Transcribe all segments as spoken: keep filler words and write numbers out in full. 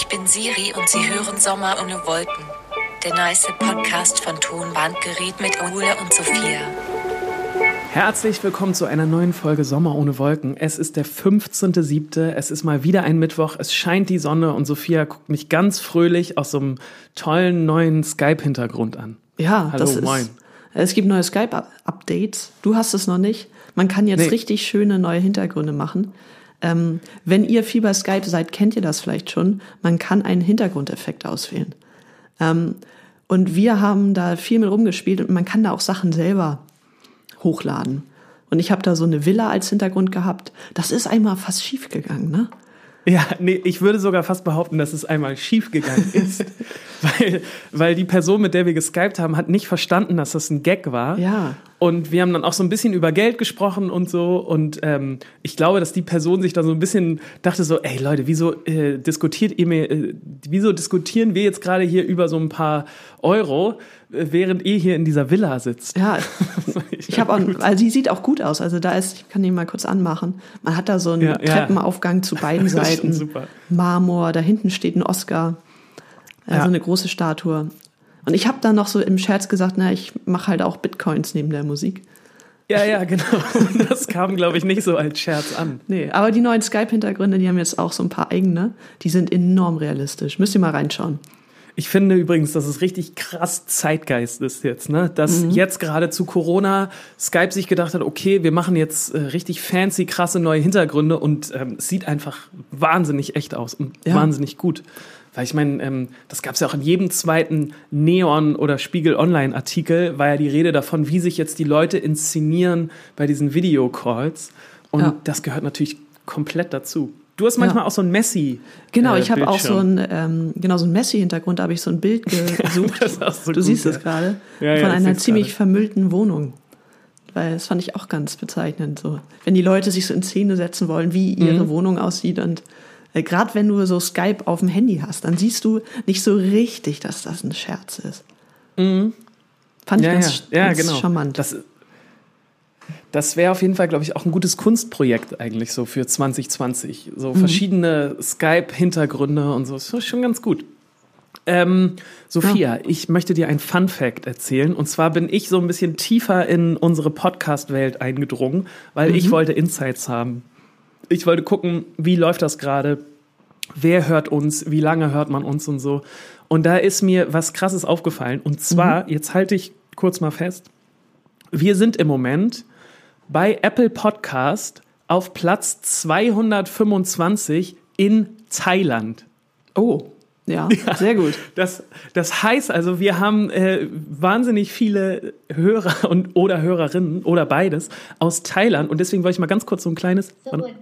Ich bin Siri und Sie hören Sommer ohne Wolken. Der nice Podcast von Tonbandgerät mit Ole und Sophia. Herzlich willkommen zu einer neuen Folge Sommer ohne Wolken. Es ist der fünfzehnter siebter Es ist mal wieder ein Mittwoch. Es scheint die Sonne und Sophia guckt mich ganz fröhlich aus so einem tollen neuen Skype-Hintergrund an. Ja, Hallo, das ist, moin. Es gibt neue Skype-Updates. Du hast es noch nicht. Man kann jetzt Nee. richtig schöne neue Hintergründe machen. Ähm, wenn ihr viel bei Skype seid, kennt ihr das vielleicht schon. Man kann einen Hintergrundeffekt auswählen. Ähm, und wir haben da viel mit rumgespielt und man kann da auch Sachen selber hochladen. Und ich habe da so eine Villa als Hintergrund gehabt. Das ist einmal fast schief gegangen, ne? Ja, nee, ich würde sogar fast behaupten, dass es einmal schief gegangen ist. weil, weil die Person, mit der wir geskypt haben, hat nicht verstanden, dass das ein Gag war. Ja. Und wir haben dann auch so ein bisschen über Geld gesprochen und so. Und ähm, ich glaube, dass die Person sich da so ein bisschen dachte so, ey Leute, wieso äh, diskutiert ihr mir, äh, wieso diskutieren wir jetzt gerade hier über so ein paar Euro, äh, während ihr hier in dieser Villa sitzt? Ja, ich habe auch, also die sieht auch gut aus. Also da ist, ich kann die mal kurz anmachen. Man hat da so einen Ja, ja. Treppenaufgang zu beiden Das ist Seiten. schon super. Marmor, da hinten steht ein Oscar. Also Ja. eine große Statue. Und ich habe dann noch so im Scherz gesagt, na, ich mache halt auch Bitcoins neben der Musik. Ja, ja, genau. Das kam, glaube ich, nicht so als Scherz an. Nee, aber die neuen Skype-Hintergründe, die haben jetzt auch so ein paar eigene. Die sind enorm realistisch. Müsst ihr mal reinschauen. Ich finde übrigens, dass es richtig krass Zeitgeist ist jetzt, ne? Dass Mhm. jetzt gerade zu Corona Skype sich gedacht hat, okay, wir machen jetzt äh, richtig fancy, krasse neue Hintergründe und ähm, es sieht einfach wahnsinnig echt aus und Ja. wahnsinnig gut. Weil ich meine, ähm, das gab es ja auch in jedem zweiten Neon- oder Spiegel-Online-Artikel, war ja die Rede davon, wie sich jetzt die Leute inszenieren bei diesen Videocalls. Und Ja. das gehört natürlich komplett dazu. Du hast manchmal Ja. auch so ein Messi. Genau, äh, ich habe auch so Bildschirm. ein, ähm, genau, so ein Messi-Hintergrund, da habe ich so ein Bild gesucht. Das ist auch so du gut, siehst ja. es gerade. Ja, ja, von ich einer seh's ziemlich gerade. vermüllten Wohnung. Weil das fand ich auch ganz bezeichnend. So. Wenn die Leute sich so in Szene setzen wollen, wie ihre Mhm. Wohnung aussieht. Und äh, gerade wenn du so Skype auf dem Handy hast, dann siehst du nicht so richtig, dass das ein Scherz ist. Mhm. Fand ich Ja, ganz, ja. Ja, ganz genau. charmant. Das, das wäre auf jeden Fall, glaube ich, auch ein gutes Kunstprojekt eigentlich so für zwanzig zwanzig. So Mhm. verschiedene Skype-Hintergründe und so. Das ist schon ganz gut. Ähm, Sophia, ich möchte dir ein Fun-Fact erzählen. Und zwar bin ich so ein bisschen tiefer in unsere Podcast-Welt eingedrungen, weil Mhm. ich wollte Insights haben. Ich wollte gucken, wie läuft das gerade? Wer hört uns? Wie lange hört man uns und so? Und da ist mir was Krasses aufgefallen. Und zwar, jetzt halte ich kurz mal fest, wir sind im Moment bei Apple Podcast auf Platz zweihundertfünfundzwanzig in Thailand. oh, ja, sehr gut. Das, das heißt also, wir haben äh, wahnsinnig viele Hörer und oder Hörerinnen oder beides aus Thailand. Und deswegen wollte ich mal ganz kurz so ein kleines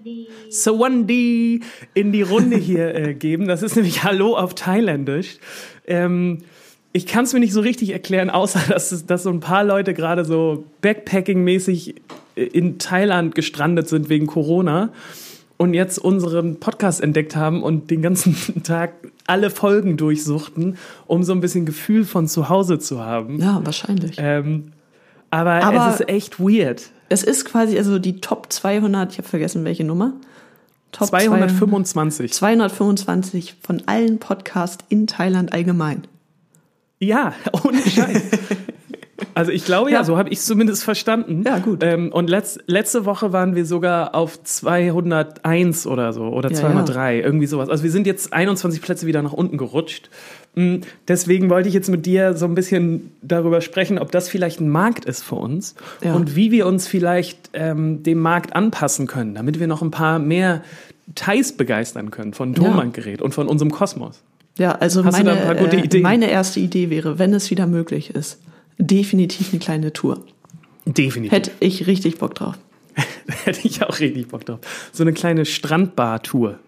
Sawandi in die Runde hier äh, geben. Das ist nämlich Hallo auf Thailändisch. Ähm, ich kann es mir nicht so richtig erklären, außer dass, es, dass so ein paar Leute gerade so Backpacking-mäßig in Thailand gestrandet sind wegen Corona und jetzt unseren Podcast entdeckt haben und den ganzen Tag alle Folgen durchsuchten, um so ein bisschen Gefühl von zu Hause zu haben. Ja, wahrscheinlich. Ähm, aber, Aber- es ist echt weird. Es ist quasi also die Top zweihundert, ich habe vergessen, welche Nummer. Top zweihundertfünfundzwanzig. zweihundertfünfundzwanzig von allen Podcasts in Thailand allgemein. Ja, ohne Scheiß. Also ich glaube ja, Ja. so habe ich es zumindest verstanden. Ja, gut. Ähm, und letz, letzte Woche waren wir sogar auf zweihunderteins oder so oder Ja, zweihundertdrei, irgendwie sowas. Also wir sind jetzt einundzwanzig Plätze wieder nach unten gerutscht. Mm, Deswegen wollte ich jetzt mit dir so ein bisschen darüber sprechen, ob das vielleicht ein Markt ist für uns Ja. und wie wir uns vielleicht ähm, dem Markt anpassen können, damit wir noch ein paar mehr Thais begeistern können von Tonbandgerät und von unserem Kosmos. Ja, also Hast du da meine, ein paar gute äh, Ideen? meine erste Idee wäre, wenn es wieder möglich ist, definitiv eine kleine Tour. Definitiv. Hätte ich richtig Bock drauf. Hätte ich auch richtig Bock drauf. So eine kleine Strandbar-Tour.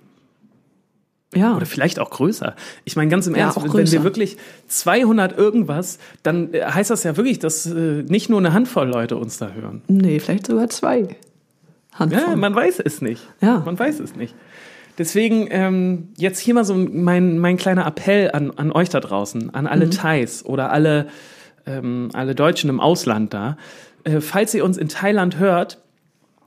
Ja, Oder vielleicht auch größer. Ich meine, ganz im Ja, Ernst, auch wenn größer. wir wirklich zweihundert irgendwas, dann äh, heißt das ja wirklich, dass äh, nicht nur eine Handvoll Leute uns da hören. nee, vielleicht sogar zwei. Handvoll. Ja, man weiß es nicht. Ja. Man weiß es nicht. Deswegen ähm, jetzt hier mal so mein, mein kleiner Appell an, an euch da draußen, an alle Mhm. Thais oder alle, ähm, alle Deutschen im Ausland da. Äh, falls ihr uns in Thailand hört,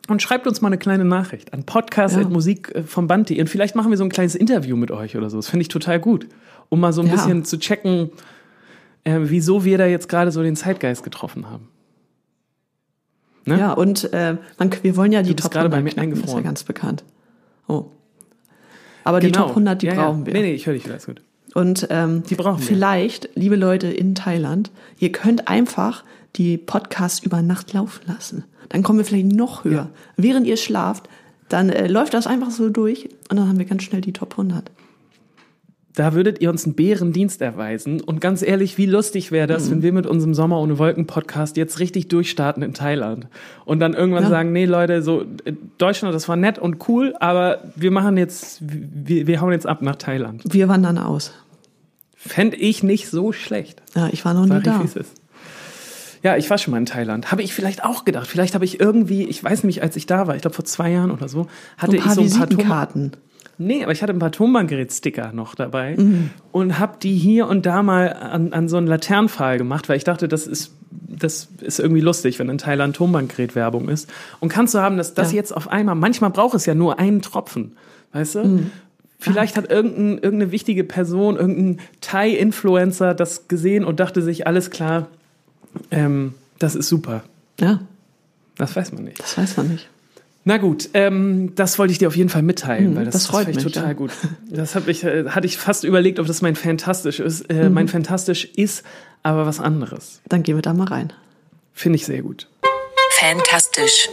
Und schreibt uns mal eine kleine Nachricht an podcast at musik vom band punkt de und vielleicht machen wir so ein kleines Interview mit euch oder so. Das finde ich total gut, um mal so ein ja. bisschen zu checken, äh, wieso wir da jetzt gerade so den Zeitgeist getroffen haben. Ne? Ja, und äh, man, wir wollen ja die Top hundert bei mir knacken, ist ja ganz bekannt. Oh. Aber genau. die Top hundert, die ja, brauchen ja. wir. Nee, nee, ich höre dich wieder, ist gut. Und ähm, die brauchen wir. Vielleicht, liebe Leute in Thailand, ihr könnt einfach die Podcasts über Nacht laufen lassen. Dann kommen wir vielleicht noch höher. Ja. Während ihr schlaft, dann äh, läuft das einfach so durch und dann haben wir ganz schnell die Top hundert. Da würdet ihr uns einen Bärendienst erweisen. Und ganz ehrlich, wie lustig wäre das, mhm. wenn wir mit unserem Sommer ohne Wolken Podcast jetzt richtig durchstarten in Thailand. Und dann irgendwann ja. sagen, nee Leute, so Deutschland, das war nett und cool, aber wir machen jetzt, wir, wir hauen jetzt ab nach Thailand. Wir wandern aus. Fände ich nicht so schlecht. Ja, ich war noch nie da. Ja, ich war schon mal in Thailand. Habe ich vielleicht auch gedacht. Vielleicht habe ich irgendwie, ich weiß nicht, als ich da war, ich glaube vor zwei Jahren oder so, hatte so ich so ein paar Karten. Nee, aber ich hatte ein paar Tonbandgerät-Sticker noch dabei mhm. und habe die hier und da mal an, an so einen Laternenpfahl gemacht, weil ich dachte, das ist, das ist irgendwie lustig, wenn in Thailand Tonbandgerät-Werbung ist. Und kannst du haben, dass das ja. jetzt auf einmal, manchmal braucht es ja nur einen Tropfen, weißt du? Mhm. Vielleicht hat irgendein, irgendeine wichtige Person, irgendein Thai-Influencer das gesehen und dachte sich, alles klar, ähm, das ist super. Ja. Das weiß man nicht. Das weiß man nicht. Na gut, ähm, das wollte ich dir auf jeden Fall mitteilen, hm, weil das, das freut das mich total ja. gut. Das hab ich, äh, hatte ich fast überlegt, ob das mein Fantastisch ist. Äh, mhm. Mein Fantastisch ist aber was anderes. Dann gehen wir da mal rein. Finde ich sehr gut. Fantastisch.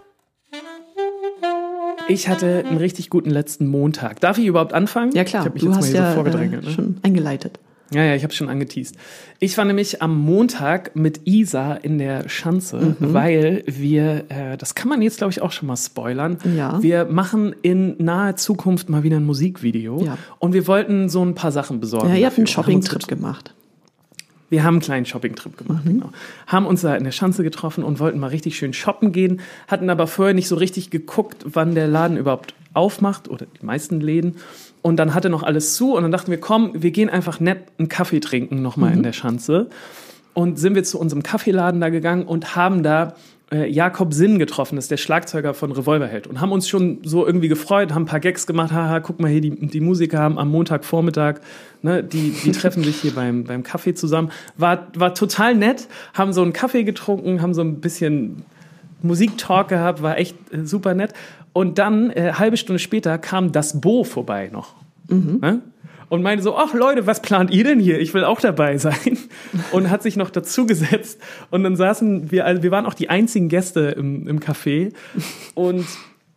Ich hatte einen richtig guten letzten Montag. Darf ich überhaupt anfangen? Ja klar, ich hab mich du jetzt hast mal hier ja so vorgedrängelt, äh, ne? schon eingeleitet. Ja, ja, ich habe es schon angeteast. Ich war nämlich am Montag mit Isa in der Schanze, mhm. weil wir, äh, das kann man jetzt glaube ich auch schon mal spoilern, ja. wir machen in naher Zukunft mal wieder ein Musikvideo ja. und wir wollten so ein paar Sachen besorgen. Ja, ihr dafür. habt einen Shopping-Trip gemacht. Wir haben einen kleinen Shopping-Trip gemacht, mhm. genau. Haben uns da in der Schanze getroffen und wollten mal richtig schön shoppen gehen, hatten aber vorher nicht so richtig geguckt, wann der Laden überhaupt aufmacht oder die meisten Läden. Und dann hatte noch alles zu und dann dachten wir, komm, wir gehen einfach nett einen Kaffee trinken nochmal mhm. in der Schanze. Und sind wir zu unserem Kaffeeladen da gegangen und haben da äh, Jakob Sinn getroffen, das ist der Schlagzeuger von Revolverheld. Und haben uns schon so irgendwie gefreut, haben ein paar Gags gemacht, haha, guck mal hier, die, die Musiker haben am Montagvormittag, ne, die, die treffen sich hier beim, beim Kaffee zusammen. War, war total nett, haben so einen Kaffee getrunken, haben so ein bisschen Musiktalk gehabt, war echt äh, super nett. Und dann, äh, halbe Stunde später, kam das Bo vorbei noch. Mhm. Ne? Und meinte so, ach Leute, was plant ihr denn hier? Ich will auch dabei sein. Und hat sich noch dazugesetzt. Und dann saßen wir, also wir waren auch die einzigen Gäste im, im Café. Und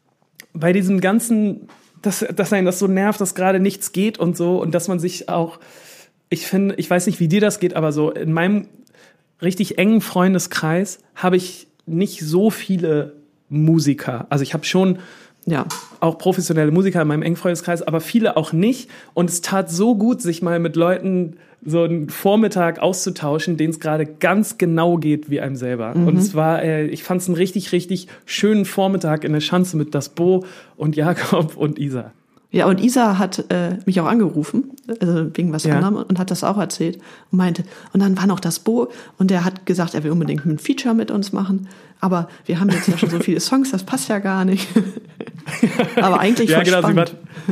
bei diesem ganzen, dass, dass einen das so nervt, dass gerade nichts geht und so. Und dass man sich auch, ich finde, ich weiß nicht, wie dir das geht, aber so in meinem richtig engen Freundeskreis habe ich nicht so viele Musiker. Also ich habe schon ja. auch professionelle Musiker in meinem engen Freundeskreis, aber viele auch nicht. Und es tat so gut, sich mal mit Leuten so einen Vormittag auszutauschen, denen es gerade ganz genau geht wie einem selber. Mhm. Und es war, äh, ich fand es einen richtig, richtig schönen Vormittag in der Schanze mit das Bo und Jakob und Isa. Ja, und Isa hat äh, mich auch angerufen, also wegen was ja. anderem, und hat das auch erzählt und meinte, und dann war noch das Bo und der hat gesagt, er will unbedingt ein Feature mit uns machen, aber wir haben jetzt ja schon so viele Songs, das passt ja gar nicht. Aber eigentlich ja, voll genau, spannend.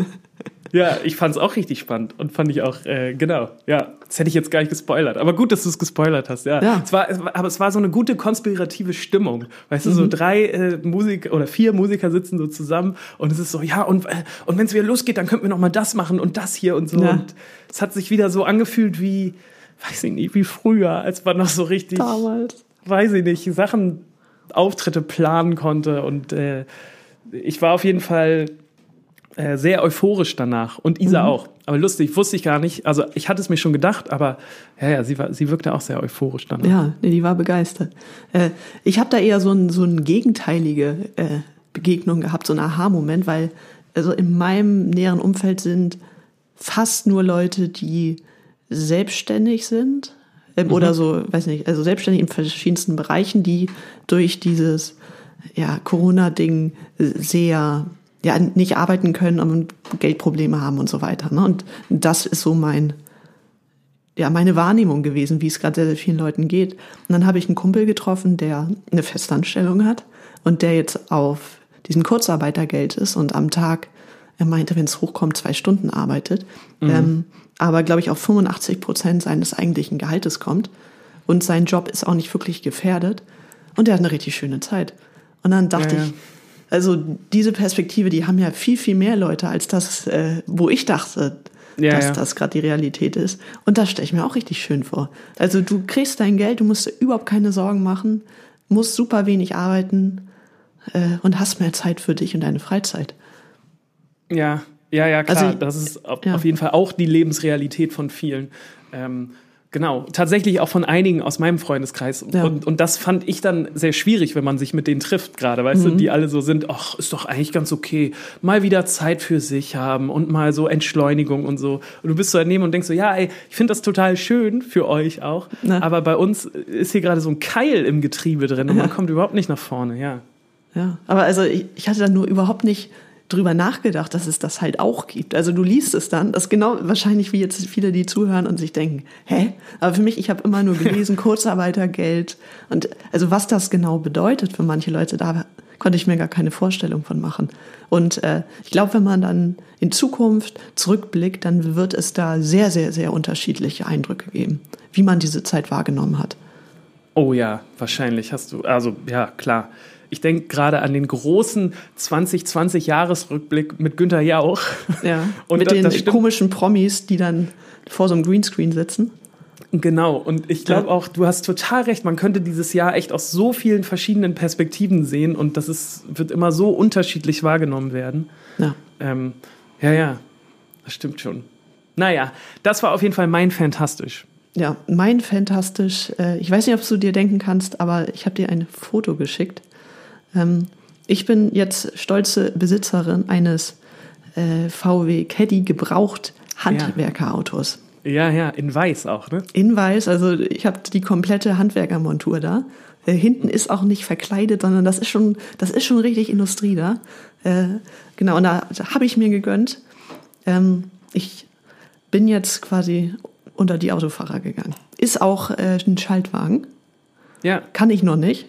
Ja, ich fand es auch richtig spannend und fand ich auch, äh, genau, ja, das hätte ich jetzt gar nicht gespoilert. Aber gut, dass du es gespoilert hast, ja. ja. Es war, es war, aber es war so eine gute konspirative Stimmung. Weißt du, mhm. so drei äh, Musiker oder vier Musiker sitzen so zusammen und es ist so, ja, und, äh, und wenn es wieder losgeht, dann könnten wir noch mal das machen und das hier und so. Ja. Und es hat sich wieder so angefühlt wie, weiß ich nicht, wie früher, als man noch so richtig, damals, weiß ich nicht, Sachen, Auftritte planen konnte. Und äh, ich war auf jeden Fall Äh, sehr euphorisch danach und Isa mhm. auch. Aber lustig, wusste ich gar nicht. Also ich hatte es mir schon gedacht, aber ja, ja, sie war, sie wirkte auch sehr euphorisch danach. Ja, nee, die war begeistert. Äh, ich habe da eher so ein so ein gegenteilige äh, Begegnung gehabt, so ein Aha-Moment, weil also in meinem näheren Umfeld sind fast nur Leute, die selbstständig sind ähm, mhm. oder so, weiß nicht, also selbstständig in verschiedensten Bereichen, die durch dieses ja, Corona-Ding sehr ja, nicht arbeiten können und Geldprobleme haben und so weiter. Ne? Und das ist so mein, ja, meine Wahrnehmung gewesen, wie es gerade sehr, sehr vielen Leuten geht. Und dann habe ich einen Kumpel getroffen, der eine Festanstellung hat und der jetzt auf diesem Kurzarbeitergeld ist und am Tag, er meinte, wenn es hochkommt, zwei Stunden arbeitet, mhm. ähm, aber, glaube ich, auf fünfundachtzig Prozent seines eigentlichen Gehaltes kommt und sein Job ist auch nicht wirklich gefährdet und er hat eine richtig schöne Zeit. Und dann dachte ja, ja. ich, also diese Perspektive, die haben ja viel, viel mehr Leute als das, äh, wo ich dachte, ja, dass ja. das gerade die Realität ist. Und das stelle ich mir auch richtig schön vor. Also du kriegst dein Geld, du musst dir überhaupt keine Sorgen machen, musst super wenig arbeiten äh, und hast mehr Zeit für dich und deine Freizeit. Ja, ja, ja, klar. Also, das ist auf, ja. auf jeden Fall auch die Lebensrealität von vielen. Ähm, Genau, tatsächlich auch von einigen aus meinem Freundeskreis. Ja. Und, und das fand ich dann sehr schwierig, wenn man sich mit denen trifft gerade, weißt mhm. du, die alle so sind, ach, ist doch eigentlich ganz okay, mal wieder Zeit für sich haben und mal so Entschleunigung und so. Und du bist so daneben und denkst so, ja, ey, ich finde das total schön für euch auch, Na. aber bei uns ist hier gerade so ein Keil im Getriebe drin und ja. man kommt überhaupt nicht nach vorne, ja. Ja, aber also ich, ich hatte dann nur überhaupt nicht drüber nachgedacht, dass es das halt auch gibt. Also du liest es dann, das ist genau wahrscheinlich wie jetzt viele, die zuhören und sich denken, hä? Aber für mich, ich habe immer nur gelesen, Kurzarbeitergeld und also was das genau bedeutet für manche Leute, da konnte ich mir gar keine Vorstellung von machen. Und äh, ich glaube, wenn man dann in Zukunft zurückblickt, dann wird es da sehr, sehr, sehr unterschiedliche Eindrücke geben, wie man diese Zeit wahrgenommen hat. Oh ja, wahrscheinlich hast du, also ja, klar. Ich denke gerade an den großen zwanzig zwanzig-Jahres-Rückblick mit Günther Jauch. Ja, und mit das, den das komischen Promis, die dann vor so einem Greenscreen sitzen. Genau, und ich glaube ja. auch, du hast total recht, man könnte dieses Jahr echt aus so vielen verschiedenen Perspektiven sehen und das ist, wird immer so unterschiedlich wahrgenommen werden. Ja. Ähm, ja, ja, das stimmt schon. Naja, das war auf jeden Fall mein Fantastisch. Ja, mein Fantastisch, äh, ich weiß nicht, ob du dir denken kannst, aber ich habe dir ein Foto geschickt. Ähm, ich bin jetzt stolze Besitzerin eines äh, V W Caddy gebraucht Handwerkerautos. Ja, ja, in weiß auch, ne? In weiß, also ich habe die komplette Handwerkermontur da. Äh, hinten ist auch nicht verkleidet, sondern das ist schon, das ist schon richtig Industrie da. Äh, genau, und da, da habe ich mir gegönnt. Ähm, ich bin jetzt quasi unter die Autofahrer gegangen. Ist auch äh, ein Schaltwagen. Ja. Kann ich noch nicht.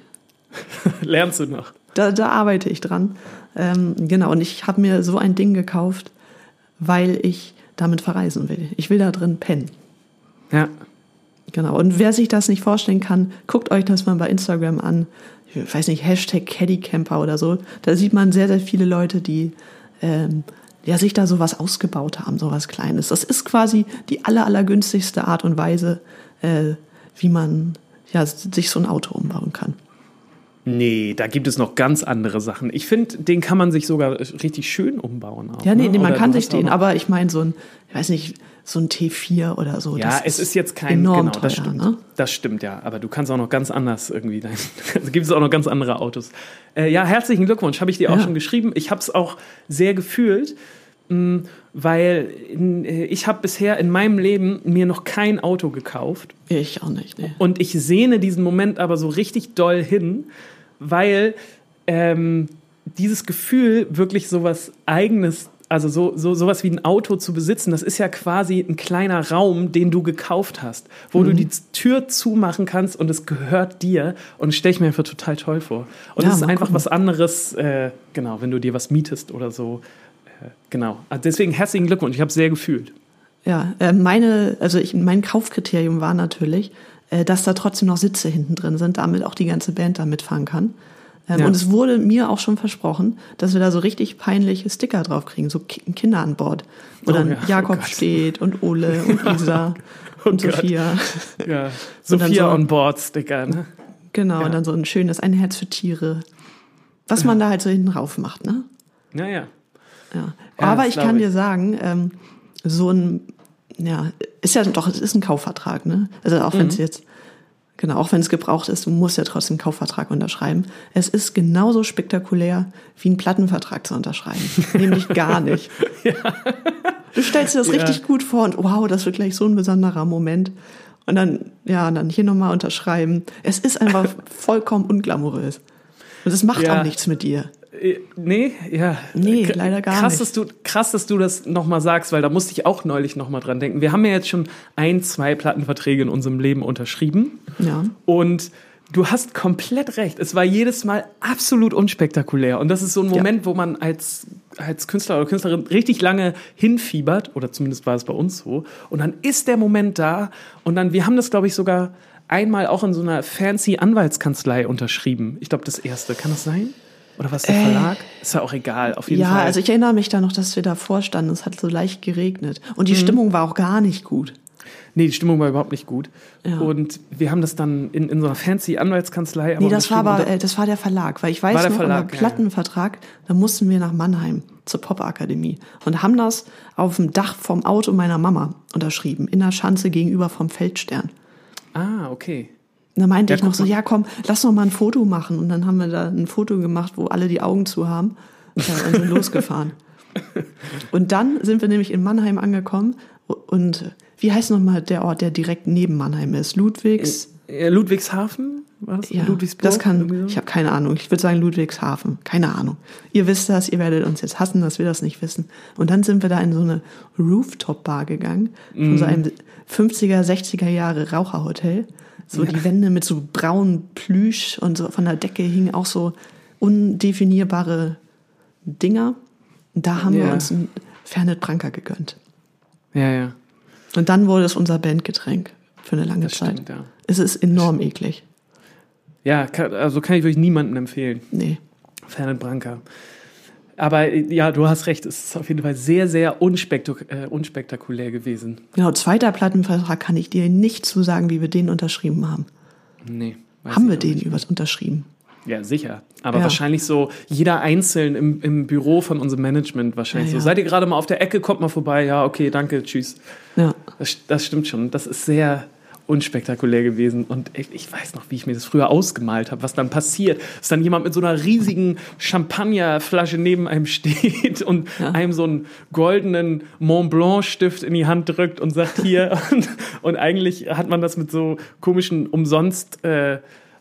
Lernst du noch? Da, da arbeite ich dran. Ähm, genau, und ich habe mir so ein Ding gekauft, weil ich damit verreisen will. Ich will da drin pennen. Ja. Genau, und wer sich das nicht vorstellen kann, guckt euch das mal bei Instagram an. Ich weiß nicht, Hashtag Caddycamper oder so. Da sieht man sehr, sehr viele Leute, die ähm, ja, sich da sowas ausgebaut haben, sowas Kleines. Das ist quasi die aller, allergünstigste Art und Weise, äh, wie man ja, sich so ein Auto umbauen kann. Nee, da gibt es noch ganz andere Sachen. Ich finde, den kann man sich sogar richtig schön umbauen. Auch, ja, nee, ne? nee man oder kann sich den, aber ich meine so ein, ich weiß nicht, so ein T vier oder so. Ja, das es ist ist jetzt kein, enorm genau, das teuer, stimmt. Ne? Das stimmt, ja. Aber du kannst auch noch ganz anders irgendwie, da gibt es auch noch ganz andere Autos. Äh, ja, herzlichen Glückwunsch, habe ich dir auch ja. schon geschrieben. Ich habe es auch sehr gefühlt, mh, weil in, äh, ich habe bisher in meinem Leben mir noch kein Auto gekauft. Ich auch nicht, nee. Und ich sehne diesen Moment aber so richtig doll hin, weil ähm, dieses Gefühl, wirklich sowas Eigenes, also so, so sowas wie ein Auto zu besitzen, das ist ja quasi ein kleiner Raum, den du gekauft hast, wo mhm. du die Tür zumachen kannst und es gehört dir. Und das stelle ich mir einfach total toll vor. Und ja, es ist einfach gucken. was anderes, äh, genau, wenn du dir was mietest oder so. Äh, genau. Deswegen herzlichen Glückwunsch, ich habe es sehr gefühlt. Ja, äh, meine, also ich, mein Kaufkriterium war natürlich, äh, dass da trotzdem noch Sitze hinten drin sind, damit auch die ganze Band da mitfahren kann. Ähm, Ja. Und es wurde mir auch schon versprochen, dass wir da so richtig peinliche Sticker drauf kriegen, so Ki- Kinder an Bord, wo Oh dann ja, Jakob oh Gott. steht und Ole und Isa Oh und Gott. Sophia. Ja, Und dann Sophia so- on Board Sticker, ne? Genau, Ja. und dann so ein schönes Ein Herz für Tiere, was man da halt so hinten rauf macht, ne? Ja, ja. Ja. Ja, Aber das ich glaub kann ich. dir sagen, ähm, so ein, ja, ist ja doch, es ist ein Kaufvertrag, ne? Also auch wenn es Mhm. jetzt, genau, auch wenn es gebraucht ist, du musst ja trotzdem einen Kaufvertrag unterschreiben. Es ist genauso spektakulär, wie einen Plattenvertrag zu unterschreiben. Nämlich gar nicht. Du stellst dir das Ja. richtig gut vor und wow, das wird gleich so ein besonderer Moment. Und dann, ja, und dann hier nochmal unterschreiben. Es ist einfach vollkommen unglamourös. Und es macht Ja. auch nichts mit dir. Äh, Nee, ja. Nee, K- leider gar krass, nicht. Dass du, krass, dass du das nochmal sagst, weil da musste ich auch neulich nochmal dran denken. Wir haben ja jetzt schon ein, zwei Plattenverträge in unserem Leben unterschrieben. Ja. Und Du hast komplett recht. Es war jedes Mal absolut unspektakulär. Und das ist so ein Moment, Ja. wo man als, als Künstler oder Künstlerin richtig lange hinfiebert. Oder zumindest war es bei uns so. Und dann ist der Moment da. Und dann, wir haben das, glaube ich, sogar einmal auch in so einer fancy Anwaltskanzlei unterschrieben. Ich glaube, das erste. Kann das sein? Oder was, der Äh, Verlag? Ist ja auch egal. Auf jeden Ja, Fall. also ich erinnere mich da noch, dass wir davor standen. Es hat so leicht geregnet. Und die Mhm. Stimmung war auch gar nicht gut. Nee, die Stimmung war überhaupt nicht gut. Ja. Und wir haben das dann in, in so einer fancy Anwaltskanzlei. Nee, das war unterschrieben. aber, äh, das war der Verlag. Weil ich weiß War der noch, Verlag, unser ja, Plattenvertrag, da mussten wir nach Mannheim zur Popakademie. Und haben das auf dem Dach vom Auto meiner Mama unterschrieben. In der Schanze gegenüber vom Feldstern. Ah, okay. Und da meinte Ja, ich noch guck so, mal. ja komm, lass noch mal ein Foto machen. Und dann haben wir da ein Foto gemacht, wo alle die Augen zu haben äh, und sind losgefahren. Und dann sind wir nämlich in Mannheim angekommen. Und wie heißt noch mal der Ort, der direkt neben Mannheim ist? Ludwigs? Äh, Ludwigshafen? War das? Ja, Ludwigsburg? das Irgendwie kann, so? ich habe keine Ahnung. Ich würde sagen Ludwigshafen. Keine Ahnung. Ihr wisst das, ihr werdet uns jetzt hassen, dass wir das nicht wissen. Und dann sind wir da in so eine Rooftop-Bar gegangen. Von Mhm. so einem fünfziger, sechziger Jahre Raucherhotel. So Ja. die Wände mit so braunem Plüsch und so von der Decke hingen auch so undefinierbare Dinger. Und da haben Ja. wir uns einen Fernet Branca gegönnt. Ja, ja. Und dann wurde es unser Bandgetränk für eine lange Das Zeit. stimmt, ja. Es ist enorm eklig. Ja, kann, also kann ich wirklich niemandem empfehlen. Nee. Fernet Branca. Aber äh, ja, du hast recht, es ist auf jeden Fall sehr, sehr unspektak äh, unspektakulär gewesen. Genau, zweiter Plattenvertrag kann ich dir nicht zu sagen, wie wir den unterschrieben haben. Nee. weiß Haben ich wir auch den nicht. über unterschrieben? Ja, sicher. Aber Ja. wahrscheinlich so jeder einzeln im, im Büro von unserem Management wahrscheinlich Ja, so. ja. Seid ihr gerade mal auf der Ecke, kommt mal vorbei. Ja, okay, danke, tschüss. Ja. Das, das stimmt schon. Das ist sehr unspektakulär gewesen. Und ich, ich weiß noch, wie ich mir das früher ausgemalt habe, was dann passiert. Dass dann jemand mit so einer riesigen Champagnerflasche neben einem steht und Ja. einem so einen goldenen Mont Blanc Stift in die Hand drückt und sagt hier. und, und eigentlich hat man das mit so komischen umsonst äh,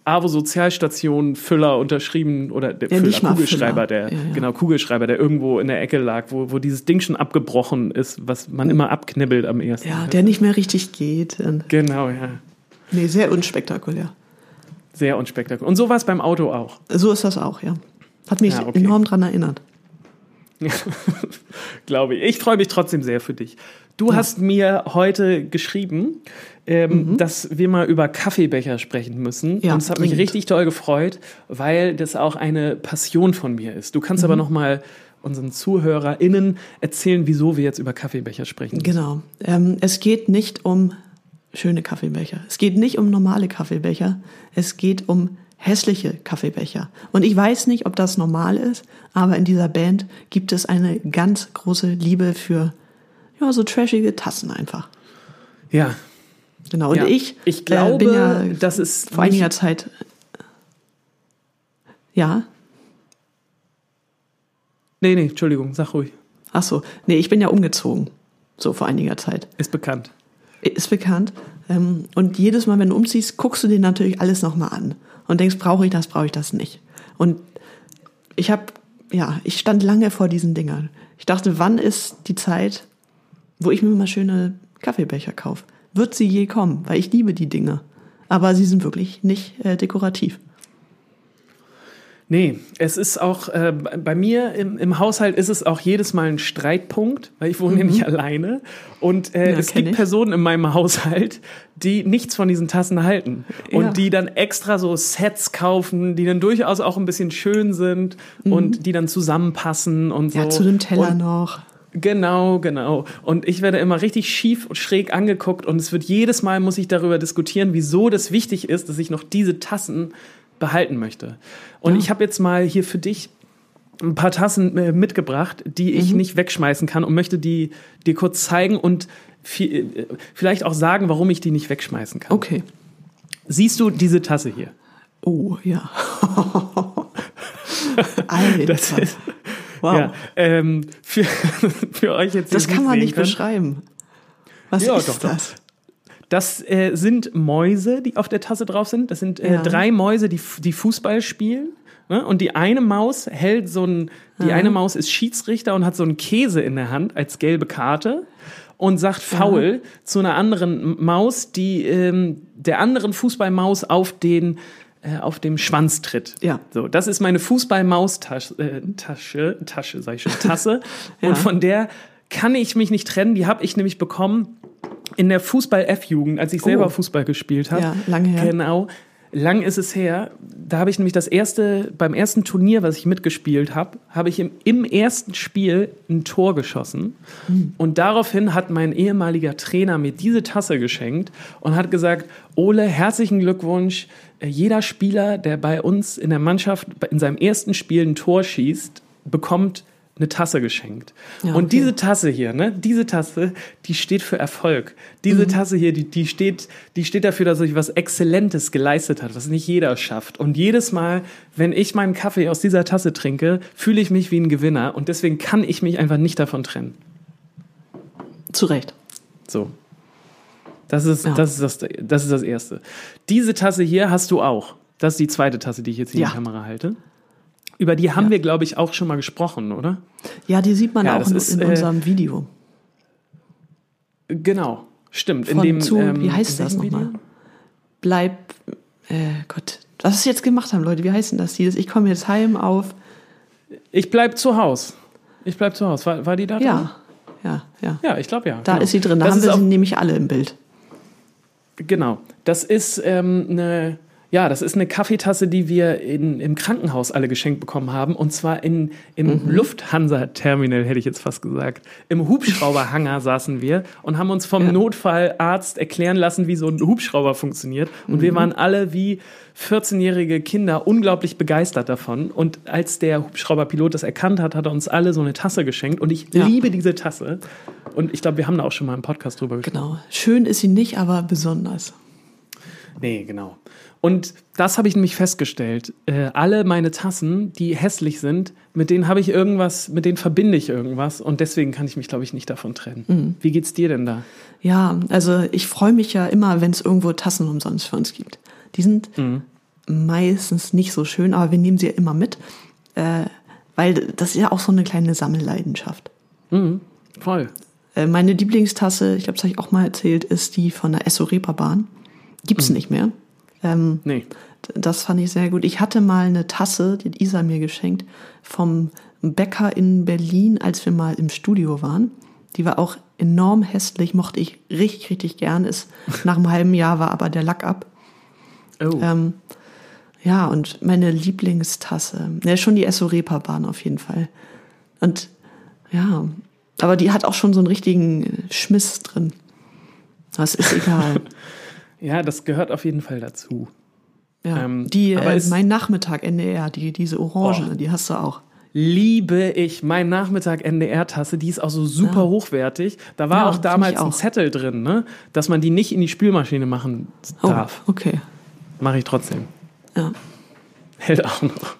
AWO-Sozialstation-Füller unterschrieben oder der Ja, Füller, nicht mal Kugelschreiber, Füller. der Ja, ja. genau Kugelschreiber, der irgendwo in der Ecke lag, wo, wo dieses Ding schon abgebrochen ist, was man immer abknibbelt am ersten. Ja, der nicht mehr richtig geht. Genau, ja. Nee, sehr unspektakulär. Sehr unspektakulär. Und so war es beim Auto auch. So ist das auch, ja. Hat mich Ja, okay. enorm dran erinnert. Glaube ich. Ich freue mich trotzdem sehr für dich. Du Ja. hast mir heute geschrieben, ähm, Mhm. dass wir mal über Kaffeebecher sprechen müssen. Ja, und es hat mich dringend. richtig toll gefreut, weil das auch eine Passion von mir ist. Du kannst Mhm. aber noch mal unseren ZuhörerInnen erzählen, wieso wir jetzt über Kaffeebecher sprechen. Genau. Ähm, es geht nicht um schöne Kaffeebecher. Es geht nicht um normale Kaffeebecher. Es geht um hässliche Kaffeebecher. Und ich weiß nicht, ob das normal ist, aber in dieser Band gibt es eine ganz große Liebe für ja, so trashige Tassen einfach. Ja, Genau. Und ja. ich, ich äh, glaube, bin ja das ist vor einiger Zeit. Ja. Nee, nee, Entschuldigung, sag ruhig. Ach so. Nee, ich bin ja umgezogen. So vor einiger Zeit. Ist bekannt. Ist bekannt. Ähm, Und jedes Mal, wenn du umziehst, guckst du dir natürlich alles nochmal an. Und denkst, brauche ich das, brauche ich das nicht. Und ich habe, ja, ich stand lange vor diesen Dingern. Ich dachte, wann ist die Zeit, wo ich mir mal schöne Kaffeebecher kaufe? Wird sie je kommen? Weil ich liebe die Dinge. Aber sie sind wirklich nicht äh, dekorativ. Nee, es ist auch, äh, bei mir im, im Haushalt ist es auch jedes Mal ein Streitpunkt, weil ich wohne ja nicht alleine. Und äh, Ja, es kenn gibt ich. Personen in meinem Haushalt, die nichts von diesen Tassen halten. Und Ja. die dann extra so Sets kaufen, die dann durchaus auch ein bisschen schön sind und die dann zusammenpassen und so. Ja, zu dem Teller und, noch. Genau, genau. Und ich werde immer richtig schief und schräg angeguckt und es wird jedes Mal, muss ich darüber diskutieren, wieso das wichtig ist, dass ich noch diese Tassen behalten möchte. Und Ja. ich habe jetzt mal hier für dich ein paar Tassen äh, mitgebracht, die ich Mhm. nicht wegschmeißen kann und möchte die dir kurz zeigen und vi- äh, vielleicht auch sagen, warum ich die nicht wegschmeißen kann. Okay. Siehst du diese Tasse hier? Oh, ja. Alter. Das ist, wow. ja, ähm, für, für euch jetzt die Das es kann man sehen nicht können. beschreiben. Was Ja, ist doch, doch. das? Das äh, sind Mäuse, die auf der Tasse drauf sind. Das sind äh, Ja. drei Mäuse, die, die Fußball spielen. Ne? Und die eine Maus hält so ein, die Ja. eine Maus ist Schiedsrichter und hat so einen Käse in der Hand als gelbe Karte und sagt Foul zu einer anderen Maus, die ähm, der anderen Fußballmaus auf den äh, auf dem Schwanz tritt. Ja. So, das ist meine Fußball-Maus-Tasche, äh, Tasche, Tasche, sag ich schon, Tasse. Ja. Und von der kann ich mich nicht trennen. Die habe ich nämlich bekommen in der Fußball-F-Jugend, als ich selber Oh. Fußball gespielt habe. Ja, lange her. Genau. Lang ist es her. Da habe ich nämlich das erste, beim ersten Turnier, was ich mitgespielt habe, habe ich im, im ersten Spiel ein Tor geschossen. Mhm. Und daraufhin hat mein ehemaliger Trainer mir diese Tasse geschenkt und hat gesagt, Ole, herzlichen Glückwunsch. Jeder Spieler, der bei uns in der Mannschaft in seinem ersten Spiel ein Tor schießt, bekommt eine Tasse geschenkt. Ja, okay. Und diese Tasse hier, ne, diese Tasse, die steht für Erfolg. Diese mhm. Tasse hier, die, die steht, die steht dafür, dass ich was Exzellentes geleistet hat, was nicht jeder schafft. Und jedes Mal, wenn ich meinen Kaffee aus dieser Tasse trinke, fühle ich mich wie ein Gewinner. Und deswegen kann ich mich einfach nicht davon trennen. Zu Recht. So. Das ist, Ja. das ist das, das ist das Erste. Diese Tasse hier hast du auch. Das ist die zweite Tasse, die ich jetzt hier Ja. in die Kamera halte. Über die haben Ja. wir, glaube ich, auch schon mal gesprochen, oder? Ja, die sieht man Ja, auch das in, ist, in äh, unserem Video. Genau, stimmt. Von in dem, zu, ähm, wie heißt in das welchem nochmal? Video? Bleib, äh, Gott, was sie jetzt gemacht haben, Leute, wie heißt denn das? Dieses, ich komme jetzt heim auf, Ich bleib zu Haus. Ich bleib zu Haus. War, war die da drin? ja, ja, ja. Ja, ich glaube ja. Da genau. ist sie drin, da Das haben ist wir auch, sie nämlich alle im Bild. Genau. Das ist ähm, eine, ja, das ist eine Kaffeetasse, die wir in, im Krankenhaus alle geschenkt bekommen haben. Und zwar in, im Mhm. Lufthansa-Terminal, hätte ich jetzt fast gesagt. Im Hubschrauberhangar saßen wir und haben uns vom Ja. Notfallarzt erklären lassen, wie so ein Hubschrauber funktioniert. Und Mhm. wir waren alle wie vierzehnjährige Kinder unglaublich begeistert davon. Und als der Hubschrauberpilot das erkannt hat, hat er uns alle so eine Tasse geschenkt. Und ich Ja. liebe diese Tasse. Und ich glaube, wir haben da auch schon mal im Podcast drüber gesprochen. Genau. Schön ist sie nicht, aber besonders. Nee, genau. Und das habe ich nämlich festgestellt. Äh, alle meine Tassen, die hässlich sind, mit denen habe ich irgendwas, mit denen verbinde ich irgendwas. Und deswegen kann ich mich, glaube ich, nicht davon trennen. Mhm. Wie geht's dir denn da? Ja, also ich freue mich ja immer, wenn es irgendwo Tassen umsonst für uns gibt. Die sind Mhm. meistens nicht so schön, aber wir nehmen sie ja immer mit, äh, weil das ist ja auch so eine kleine Sammelleidenschaft. Mhm. Voll. Äh, meine Lieblingstasse, ich glaube, das habe ich auch mal erzählt, ist die von der Esso-Reeperbahn. Gibt's nicht mehr. Ähm, Nee. Das fand ich sehr gut. Ich hatte mal eine Tasse, die hat Isa mir geschenkt, vom Bäcker in Berlin, als wir mal im Studio waren. Die war auch enorm hässlich, mochte ich richtig, richtig gern. Ist nach einem halben Jahr war aber der Lack ab. Oh. Ähm, ja, und meine Lieblingstasse, ja, schon die Esso-Reeperbahn auf jeden Fall. Und ja, aber die hat auch schon so einen richtigen Schmiss drin. Das ist egal. Ja, das gehört auf jeden Fall dazu. Ja, Ähm, die, aber äh, ist- mein Nachmittag N D R, die, diese Orange, Oh. die hast du auch. Liebe ich. Mein Nachmittag N D R-Tasse, die ist auch so super Ja. hochwertig. Da war Ja, auch find damals ich ein auch. Zettel drin, ne? Dass man die nicht in die Spülmaschine machen Oh, darf. okay. Mache ich trotzdem. Ja. Hält auch noch.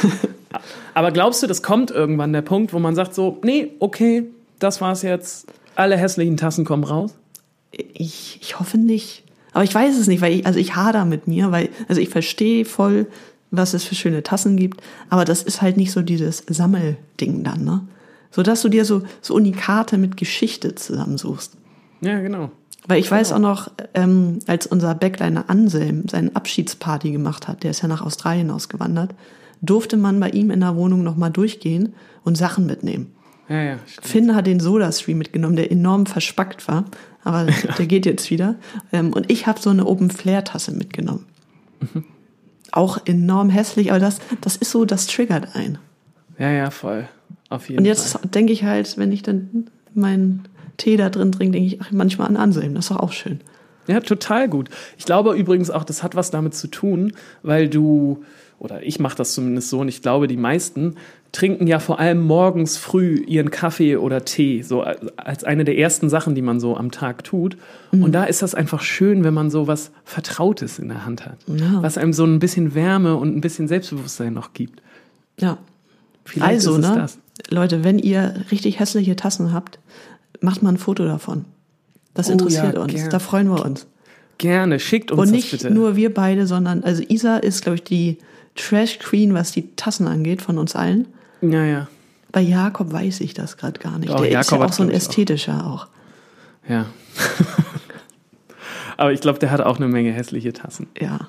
Aber glaubst du, das kommt irgendwann der Punkt, wo man sagt so, nee, okay, das war's jetzt. Alle hässlichen Tassen kommen raus? Ich, ich hoffe nicht. Aber ich weiß es nicht, weil ich, also ich hader mit mir, weil, also ich verstehe voll, was es für schöne Tassen gibt, aber das ist halt nicht so dieses Sammelding dann, ne? So dass du dir so, so Unikate mit Geschichte zusammensuchst. Ja, genau. Weil ich weiß Genau. auch noch, ähm, als unser Backliner Anselm seine Abschiedsparty gemacht hat, der ist ja nach Australien ausgewandert, durfte man bei ihm in der Wohnung nochmal durchgehen und Sachen mitnehmen. Ja, ja. stimmt. Finn hat den Soda-Stream mitgenommen, der enorm verspackt war, aber der geht jetzt wieder. Ähm, und ich habe so eine Open-Flair-Tasse mitgenommen. Mhm. Auch enorm hässlich, aber das, das ist so, das triggert einen. Ja, ja, voll. Auf jeden Und jetzt Fall. denke ich halt, wenn ich dann meinen Tee da drin trinke, denke ich ach, manchmal an Anselm, das ist doch auch schön. Ja, total gut. Ich glaube übrigens auch, das hat was damit zu tun, weil du, oder ich mache das zumindest so, und ich glaube, die meisten trinken ja vor allem morgens früh ihren Kaffee oder Tee, so als eine der ersten Sachen, die man so am Tag tut. Mhm. Und da ist das einfach schön, wenn man so was Vertrautes in der Hand hat, Ja. was einem so ein bisschen Wärme und ein bisschen Selbstbewusstsein noch gibt. Ja. Vielleicht Also, ist es ne, das. Leute, wenn ihr richtig hässliche Tassen habt, macht mal ein Foto davon. Das Oh interessiert ja, uns, gern. da freuen wir uns. Gerne, schickt uns Und das nicht bitte. nur wir beide, sondern, also Isa ist, glaube ich, die Trash Queen, was die Tassen angeht, von uns allen. Ja, ja, Bei Jakob weiß ich das gerade gar nicht. Oh, Der ist Jakob ja auch hat, so ein glaub ich, auch. ästhetischer auch. ja. Aber ich glaube, der hat auch eine Menge hässliche Tassen. Ja.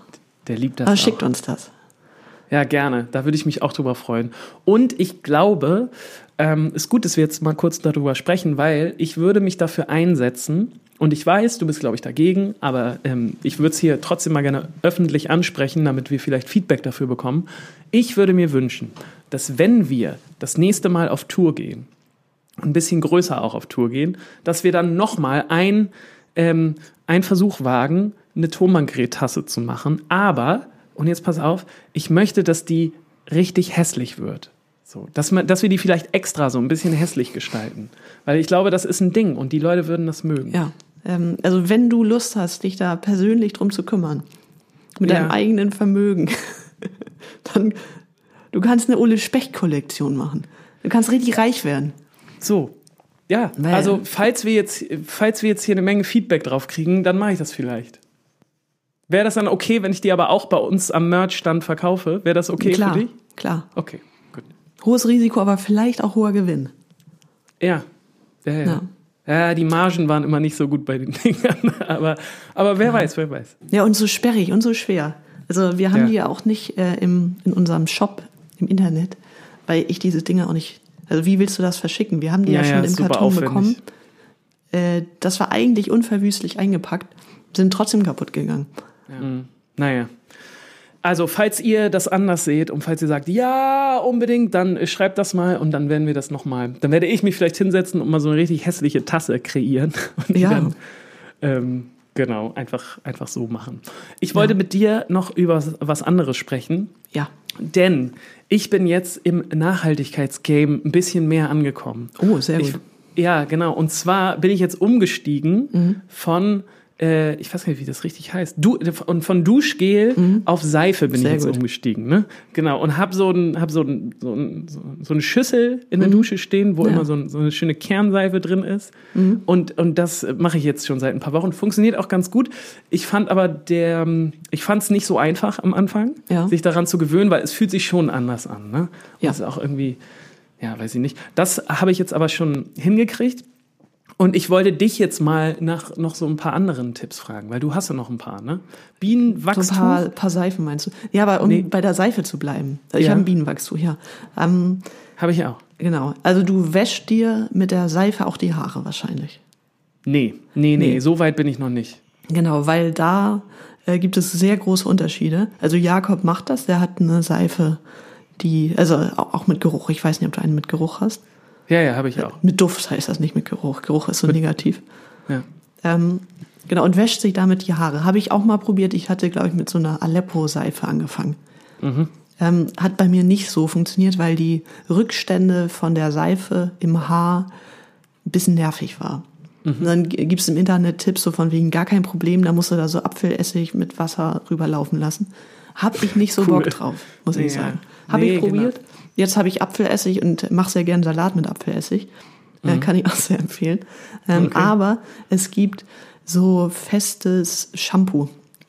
Der liebt das Aber auch. schickt uns das. Ja, gerne. Da würde ich mich auch drüber freuen. Und ich glaube, ähm, ist gut, dass wir jetzt mal kurz darüber sprechen, weil ich würde mich dafür einsetzen. Und ich weiß, du bist, glaube ich, dagegen, aber ähm, ich würde es hier trotzdem mal gerne öffentlich ansprechen, damit wir vielleicht Feedback dafür bekommen. Ich würde mir wünschen, dass wenn wir das nächste Mal auf Tour gehen, ein bisschen größer auch auf Tour gehen, dass wir dann nochmal ein, ähm, einen Versuch wagen, eine Tonbandgerät-Tasse zu machen. Aber, und jetzt pass auf, ich möchte, dass die richtig hässlich wird. So, dass, man, dass wir die vielleicht extra so ein bisschen hässlich gestalten. Weil ich glaube, das ist ein Ding und die Leute würden das mögen. Ja, ähm, also wenn du Lust hast, dich da persönlich drum zu kümmern, mit Ja. deinem eigenen Vermögen, dann du kannst eine Ole Specht-Kollektion machen. Du kannst richtig reich werden. So, ja, Weil- also falls wir, jetzt, falls wir jetzt hier eine Menge Feedback drauf kriegen, dann mache ich das vielleicht. Wäre das dann okay, wenn ich die aber auch bei uns am Merch-Stand verkaufe? Wäre das okay klar, für dich? klar. Okay, gut. Hohes Risiko, aber vielleicht auch hoher Gewinn. Ja. Ja, ja. Ja. Ja, die Margen waren immer nicht so gut bei den Dingern, aber, aber wer weiß, wer weiß. Ja, und so sperrig und so schwer. Also wir haben Ja. die ja auch nicht äh, im, in unserem Shop im Internet, weil ich diese Dinge auch nicht, also wie willst du das verschicken? Wir haben die ja, Ja, ja, schon im ist super Karton aufwendig. bekommen. Äh, das war eigentlich unverwüstlich eingepackt, sind trotzdem kaputt gegangen. Mhm. Naja. Also, falls ihr das anders seht und falls ihr sagt, ja, unbedingt, dann äh, schreibt das mal und dann werden wir das nochmal, dann werde ich mich vielleicht hinsetzen und mal so eine richtig hässliche Tasse kreieren und die Ja. dann, ähm, genau, einfach, einfach so machen. Ich wollte Ja. mit dir noch über was anderes sprechen, Ja. denn ich bin jetzt im Nachhaltigkeitsgame ein bisschen mehr angekommen. Oh, sehr Ich, gut. ja, genau. Und zwar bin ich jetzt umgestiegen Mhm. von, äh, ich weiß nicht, wie das richtig heißt, du, und von Duschgel auf Seife bin Mhm. Sehr ich jetzt gut. umgestiegen. Ne? Genau. Und habe so, ein, hab so, ein, so, ein, so, so eine Schüssel in der Dusche stehen, wo Mhm. Ja. immer so, ein, so eine schöne Kernseife drin ist. Und, und das mache ich jetzt schon seit ein paar Wochen. Funktioniert auch ganz gut. Ich fand aber der, ich fand es nicht so einfach am Anfang, Ja. sich daran zu gewöhnen, weil es fühlt sich schon anders an. Ne? Und Ja. das ist auch irgendwie, ja, weiß ich nicht. Das habe ich jetzt aber schon hingekriegt. Und ich wollte dich jetzt mal nach noch so ein paar anderen Tipps fragen, weil du hast ja noch ein paar, ne? So ein Bienenwachstuch. paar, paar Seifen meinst du? Ja, aber um Nee. bei der Seife zu bleiben. Ich Ja. habe ein Bienenwachstuch, ja. Ähm, Habe ich auch. genau. Also du wäschst dir mit der Seife auch die Haare wahrscheinlich. Nee, nee, nee, Nee. so weit bin ich noch nicht. Genau, weil da äh, gibt es sehr große Unterschiede. Also Jakob macht das, der hat eine Seife, die, also auch auch mit Geruch. Ich weiß nicht, ob du einen mit Geruch hast. Ja, ja, habe ich auch. Mit Duft heißt das nicht mit Geruch. Geruch ist so negativ. Ja. Ähm, genau, und wäscht sich damit die Haare. Habe ich auch mal probiert. Ich hatte, glaube ich, mit so einer Aleppo-Seife angefangen. Ähm, hat bei mir nicht so funktioniert, weil die Rückstände von der Seife im Haar ein bisschen nervig war. Und dann gibt es im Internet Tipps so von wegen gar kein Problem, da musst du da so Apfelessig mit Wasser rüberlaufen lassen. Hab ich nicht so Cool. Bock drauf, muss ich Ja. sagen. Habe Nee, ich probiert. Jetzt habe ich Apfelessig und mache sehr gern Salat mit Apfelessig. Äh, kann ich auch sehr empfehlen. Ähm, Okay. Aber es gibt so festes Shampoo.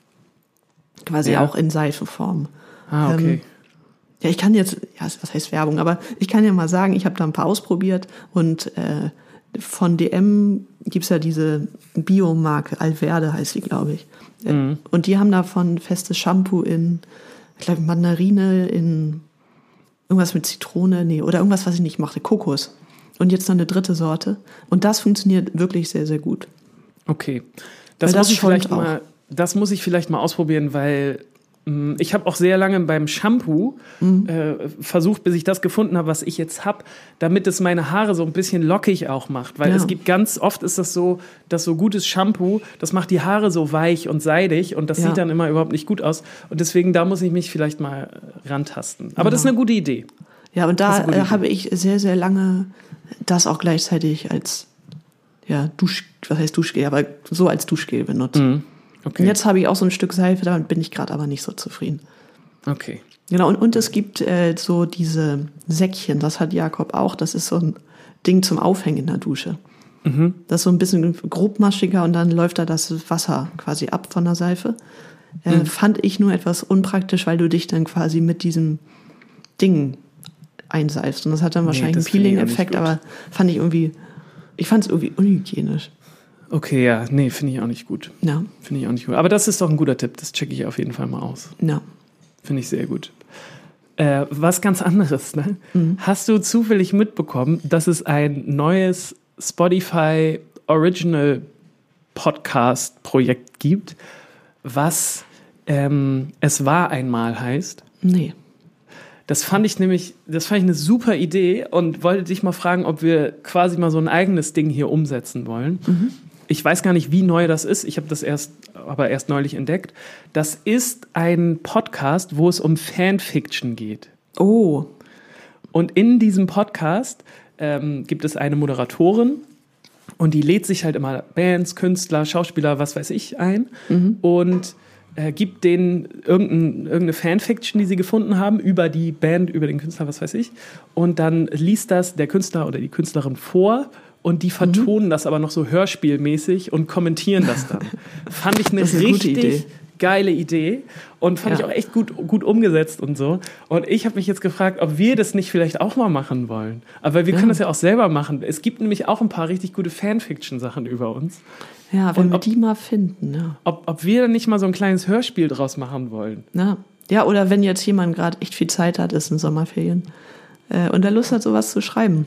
Quasi Ja. auch in Seifenform. Ah, okay. Ähm, Ja, ich kann jetzt, ja, was heißt Werbung, aber ich kann ja mal sagen, ich habe da ein paar ausprobiert und äh, von D M gibt's ja diese Biomarke, Alverde heißt die, glaube ich. Mhm. Und die haben davon festes Shampoo in, ich glaube, Mandarine, in irgendwas mit Zitrone, nee, oder irgendwas, was ich nicht mochte, Kokos. Und jetzt noch eine dritte Sorte. Und das funktioniert wirklich sehr, sehr gut. Okay. Das, Weil das muss ich schäumt vielleicht mal, das muss ich vielleicht mal ausprobieren, weil mh, ich habe auch sehr lange beim Shampoo Mhm. äh, versucht, bis ich das gefunden habe, was ich jetzt habe, damit es meine Haare so ein bisschen lockig auch macht. Weil Ja. es gibt ganz oft ist das so, dass so gutes Shampoo, das macht die Haare so weich und seidig und das Ja. sieht dann immer überhaupt nicht gut aus. Und deswegen, da muss ich mich vielleicht mal äh, rantasten. Aber das ist eine gute Idee. Ja, und Das ist da eine gute äh, Idee. habe ich sehr, sehr lange das auch gleichzeitig als, ja, Dusch, was heißt Duschgel, aber so als Duschgel benutzt. Okay. Und jetzt habe ich auch so ein Stück Seife, damit bin ich gerade aber nicht so zufrieden. Okay. Genau, und, und es gibt äh, so diese Säckchen, das hat Jakob auch, das ist so ein Ding zum Aufhängen in der Dusche. Das ist so ein bisschen grobmaschiger und dann läuft da das Wasser quasi ab von der Seife. Äh, Fand ich nur etwas unpraktisch, weil du dich dann quasi mit diesem Ding einseifst. Und das hat dann wahrscheinlich das einen finde ich auch nicht Peeling-Effekt, gut. aber fand ich irgendwie, ich fand es irgendwie unhygienisch. Okay, ja, nee, finde ich auch nicht gut. Ja. Finde ich auch nicht gut. Aber das ist doch ein guter Tipp, das checke ich auf jeden Fall mal aus. Ja. Finde ich sehr gut. Äh, was ganz anderes, ne? Mhm. Hast du zufällig mitbekommen, dass es ein neues Spotify Original Podcast Projekt gibt, was ähm, Es war einmal heißt? Nee. Das fand ich nämlich, das fand ich eine super Idee und wollte dich mal fragen, ob wir quasi mal so ein eigenes Ding hier umsetzen wollen. Mhm. Ich weiß gar nicht, wie neu das ist. Ich habe das erst, aber erst neulich entdeckt. Das ist ein Podcast, wo es um Fanfiction geht. Oh. Und in diesem Podcast ähm, gibt es eine Moderatorin und die lädt sich halt immer Bands, Künstler, Schauspieler, was weiß ich ein Mhm. und äh, gibt denen irgendein, irgendeine Fanfiction, die sie gefunden haben, über die Band, über den Künstler, was weiß ich. Und dann liest das der Künstler oder die Künstlerin vor und die vertonen mhm. das aber noch so hörspielmäßig und kommentieren das dann. Fand ich eine, Das ist eine gute richtig Idee. geile Idee und fand Ja. ich auch echt gut, gut umgesetzt und so. Und ich habe mich jetzt gefragt, ob wir das nicht vielleicht auch mal machen wollen. Aber wir können Ja. das ja auch selber machen. Es gibt nämlich auch ein paar richtig gute Fanfiction-Sachen über uns. Ja, wenn Und wir ob- die mal finden, ja. Ob, ob wir nicht mal so ein kleines Hörspiel draus machen wollen. Ja, ja, oder wenn jetzt jemand gerade echt viel Zeit hat, ist in Sommerferien äh, und der Lust hat, sowas zu schreiben,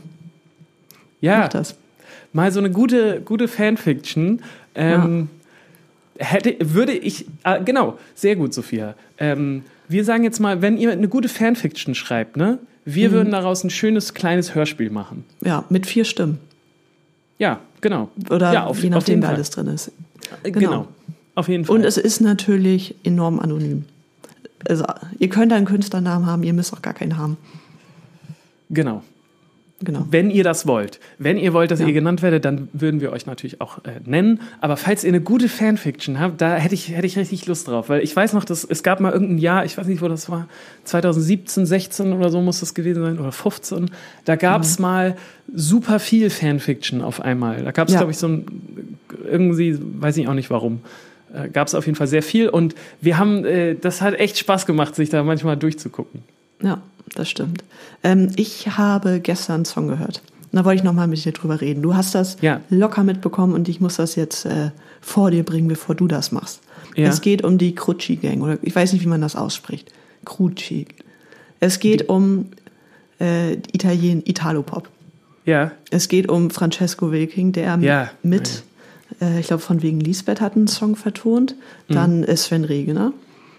Ja, macht das. mal so eine gute, gute Fanfiction. Ähm, hätte, würde ich, ah, genau, sehr gut, Sophia. Ähm, wir sagen jetzt mal, wenn ihr eine gute Fanfiction schreibt, ne, wir Mhm. würden daraus ein schönes kleines Hörspiel machen. Ja, mit vier Stimmen. Ja, genau. Oder ja, auf, je auf nachdem, jeden wer Fall. alles drin ist. Genau. genau. Auf jeden Fall. Und es ist natürlich enorm anonym. Also, ihr könnt einen Künstlernamen haben, ihr müsst auch gar keinen haben. genau. Genau. Wenn ihr das wollt. Wenn ihr wollt, dass Ja. ihr genannt werdet, dann würden wir euch natürlich auch äh, nennen. Aber falls ihr eine gute Fanfiction habt, da hätte ich, hätte ich richtig Lust drauf. Weil ich weiß noch, dass, es gab mal irgendein Jahr, ich weiß nicht, wo das war, zwanzig siebzehn, sechzehn oder so muss das gewesen sein, oder fünfzehn. Da gab es mhm. mal super viel Fanfiction auf einmal. Da gab es, Ja. glaube ich, so ein, irgendwie, weiß ich auch nicht warum, äh, gab es auf jeden Fall sehr viel. Und wir haben, äh, das hat echt Spaß gemacht, sich da manchmal durchzugucken. Ja, das stimmt. Ähm, ich habe gestern einen Song gehört. Und da wollte ich nochmal mit dir drüber reden. Du hast das Ja. locker mitbekommen und ich muss das jetzt äh, vor dir bringen, bevor du das machst. Ja. Es geht um die Cruci Gang, oder ich weiß nicht, wie man das ausspricht. Cruci. Es geht um äh, Italien, Italo-Pop. Ja, Es geht um Francesco Wilking, der Ja. mit, äh, ich glaube, von wegen Lisbeth hat einen Song vertont. Dann äh, Sven Regener.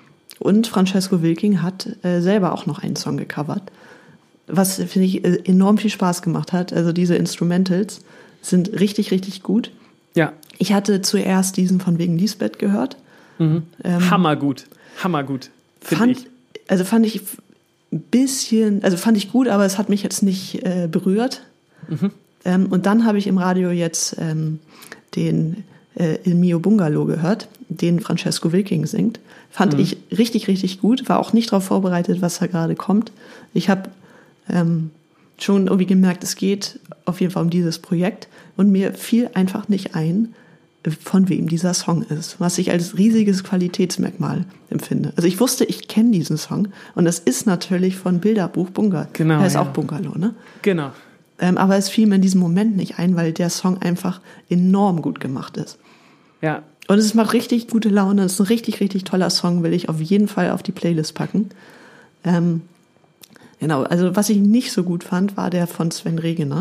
Und Francesco Wilking hat äh, selber auch noch einen Song gecovert. Was, finde ich, äh, enorm viel Spaß gemacht hat. Also diese Instrumentals sind richtig, richtig gut. ja. Ich hatte zuerst diesen von wegen Lisbeth gehört. Mhm. Ähm, Hammergut. Hammergut. Finde fand, ich. Also fand ich ein bisschen, also fand ich gut, aber es hat mich jetzt nicht äh, berührt. Mhm. Ähm, und dann habe ich im Radio jetzt ähm, den äh, Il mio Bungalow gehört, den Francesco Wilking singt. Fand Mhm. ich richtig, richtig gut. War auch nicht darauf vorbereitet, was da gerade kommt. Ich habe ähm, schon irgendwie gemerkt, es geht auf jeden Fall um dieses Projekt. Und mir fiel einfach nicht ein, von wem dieser Song ist, was ich als riesiges Qualitätsmerkmal empfinde. Also ich wusste, ich kenne diesen Song und es ist natürlich von Bilderbuch Bungalow. Genau, Er ist ja. auch Bungalow, ne? Genau. Ähm, aber es fiel mir in diesem Moment nicht ein, weil der Song einfach enorm gut gemacht ist. Ja. Und es macht richtig gute Laune. Es ist ein richtig, richtig toller Song, will ich auf jeden Fall auf die Playlist packen. Ähm, genau, also was ich nicht so gut fand, war der von Sven Regener.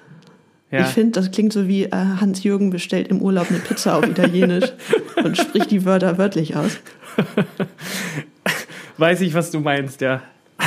Ja. Ich finde, das klingt so wie äh, Hans-Jürgen bestellt im Urlaub eine Pizza auf Italienisch und spricht die Wörter wörtlich aus. Weiß ich, was du meinst, ja.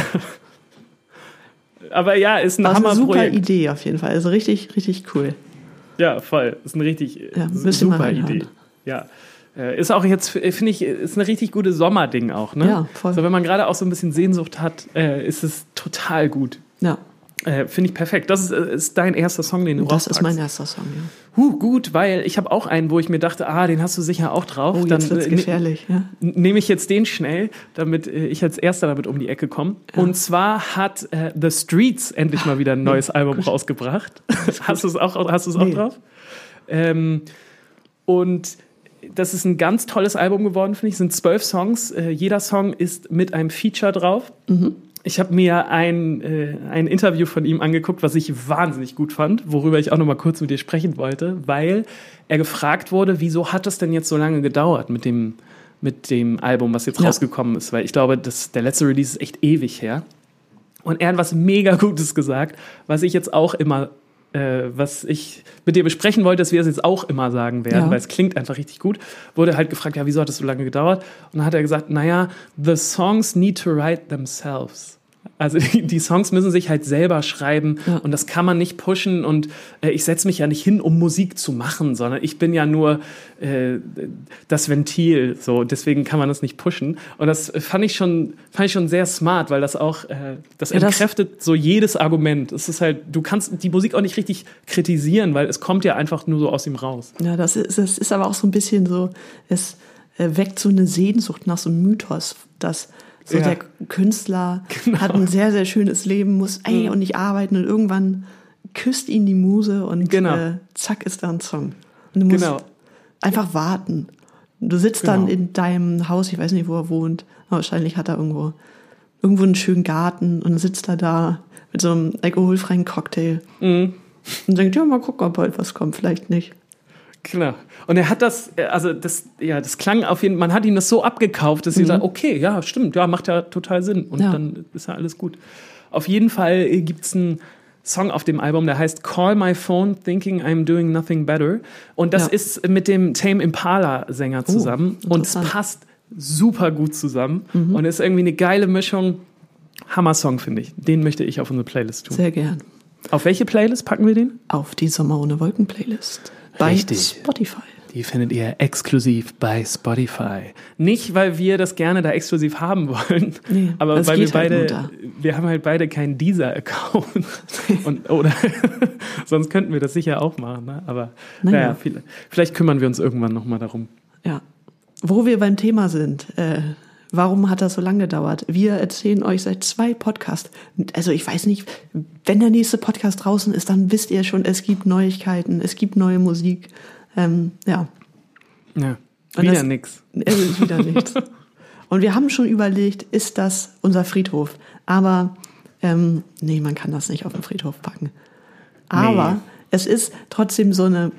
Aber ja, ist ein Das ist eine super Hammerprojekt. Idee auf jeden Fall. Also richtig, richtig cool. Ja, voll. Ist eine richtig äh, Ja, müsst ihr mal super reinhören. Idee. Ja. Äh, Ist auch jetzt, äh, finde ich, ist eine richtig gute Sommerding auch, ne? Ja, voll. So, wenn man gerade auch so ein bisschen Sehnsucht hat, äh, ist es total gut. Ja, Äh, finde ich perfekt. Das ist, äh, ist dein erster Song, den du das ist rauspackst. mein erster Song, ja. Huh, gut, weil ich habe auch einen, wo ich mir dachte, ah, den hast du sicher auch drauf. Oh, jetzt wird's äh, gefährlich, ja. n- nehme ich jetzt den schnell, damit äh, ich als Erster damit um die Ecke komme. Und zwar hat äh, The Streets endlich mal wieder ein neues Album rausgebracht. Hast du es auch, hast du es auch Nee. drauf? Ähm, und das ist ein ganz tolles Album geworden, finde ich. Es sind zwölf Songs. Äh, jeder Song ist mit einem Feature drauf. Mhm. ich habe mir ein, äh, ein Interview von ihm angeguckt, was ich wahnsinnig gut fand, worüber ich auch noch mal kurz mit dir sprechen wollte, weil er gefragt wurde, wieso hat es denn jetzt so lange gedauert mit dem, mit dem Album, was jetzt ja. rausgekommen ist, weil ich glaube, das, der letzte Release ist echt ewig her. Und er hat was mega Gutes gesagt, was ich jetzt auch immer, äh, was ich mit dir besprechen wollte, dass wir es jetzt auch immer sagen werden, ja. weil es klingt einfach richtig gut. Wurde halt gefragt, ja, wieso hat es so lange gedauert? Und dann hat er gesagt, naja, the songs need to write themselves. Also die, die Songs müssen sich halt selber schreiben ja. und das kann man nicht pushen und äh, ich setze mich ja nicht hin, um Musik zu machen, sondern ich bin ja nur äh, das Ventil, so, deswegen kann man das nicht pushen und das fand ich schon, fand ich schon sehr smart, weil das auch, äh, das ja, entkräftet das so jedes Argument. Es ist halt, du kannst die Musik auch nicht richtig kritisieren, weil es kommt ja einfach nur so aus ihm raus. Ja, das ist, das ist aber auch so ein bisschen so, es äh, weckt so eine Sehnsucht nach so einem Mythos, dass so ja. der Künstler genau. hat ein sehr, sehr schönes Leben, muss ey mhm. und nicht arbeiten und irgendwann küsst ihn die Muse und genau. äh, zack ist da ein Song. Und du musst genau. einfach warten. Du sitzt genau. dann in deinem Haus, ich weiß nicht, wo er wohnt, aber wahrscheinlich hat er irgendwo, irgendwo einen schönen Garten und dann sitzt er da mit so einem alkoholfreien Cocktail mhm. und denkt, ja, mal gucken, ob bald was kommt, vielleicht nicht. Genau. Und er hat das, also das, ja, das klang auf jeden Fall, man hat ihm das so abgekauft, dass sie Mhm. sagt, okay, ja, stimmt, ja, macht ja total Sinn. Und Ja. dann ist ja alles gut. Auf jeden Fall gibt es einen Song auf dem Album, der heißt Call My Phone, Thinking I'm Doing Nothing Better. Und das Ja. ist mit dem Tame Impala-Sänger zusammen. Oh, und es interessant. passt super gut zusammen. Mhm. Und ist irgendwie eine geile Mischung. Hammer-Song, finde ich. Den möchte ich auf unsere Playlist tun. Sehr gern. Auf welche Playlist packen wir den? Auf die Sommer ohne Wolken Playlist. Bei Richtig. Spotify. Die findet ihr exklusiv bei Spotify. Nicht, weil wir das gerne da exklusiv haben wollen, Nee, aber das weil wir geht halt beide, nur da. wir haben halt beide keinen Deezer-Account. Und, oder sonst könnten wir das sicher auch machen. Ne? Aber Naja. naja, vielleicht, vielleicht kümmern wir uns irgendwann nochmal darum. Ja. Wo wir beim Thema sind, äh, warum hat das so lange gedauert? Wir erzählen euch seit zwei Podcasts. Also ich weiß nicht, wenn der nächste Podcast draußen ist, dann wisst ihr schon, es gibt Neuigkeiten, es gibt neue Musik. Ähm, ja. Ja, Und wieder das- nix. Es ist wieder nichts. Und wir haben schon überlegt, ist das unser Friedhof? Aber ähm, nee, man kann das nicht auf den Friedhof packen. Aber Nee. es ist trotzdem so eine,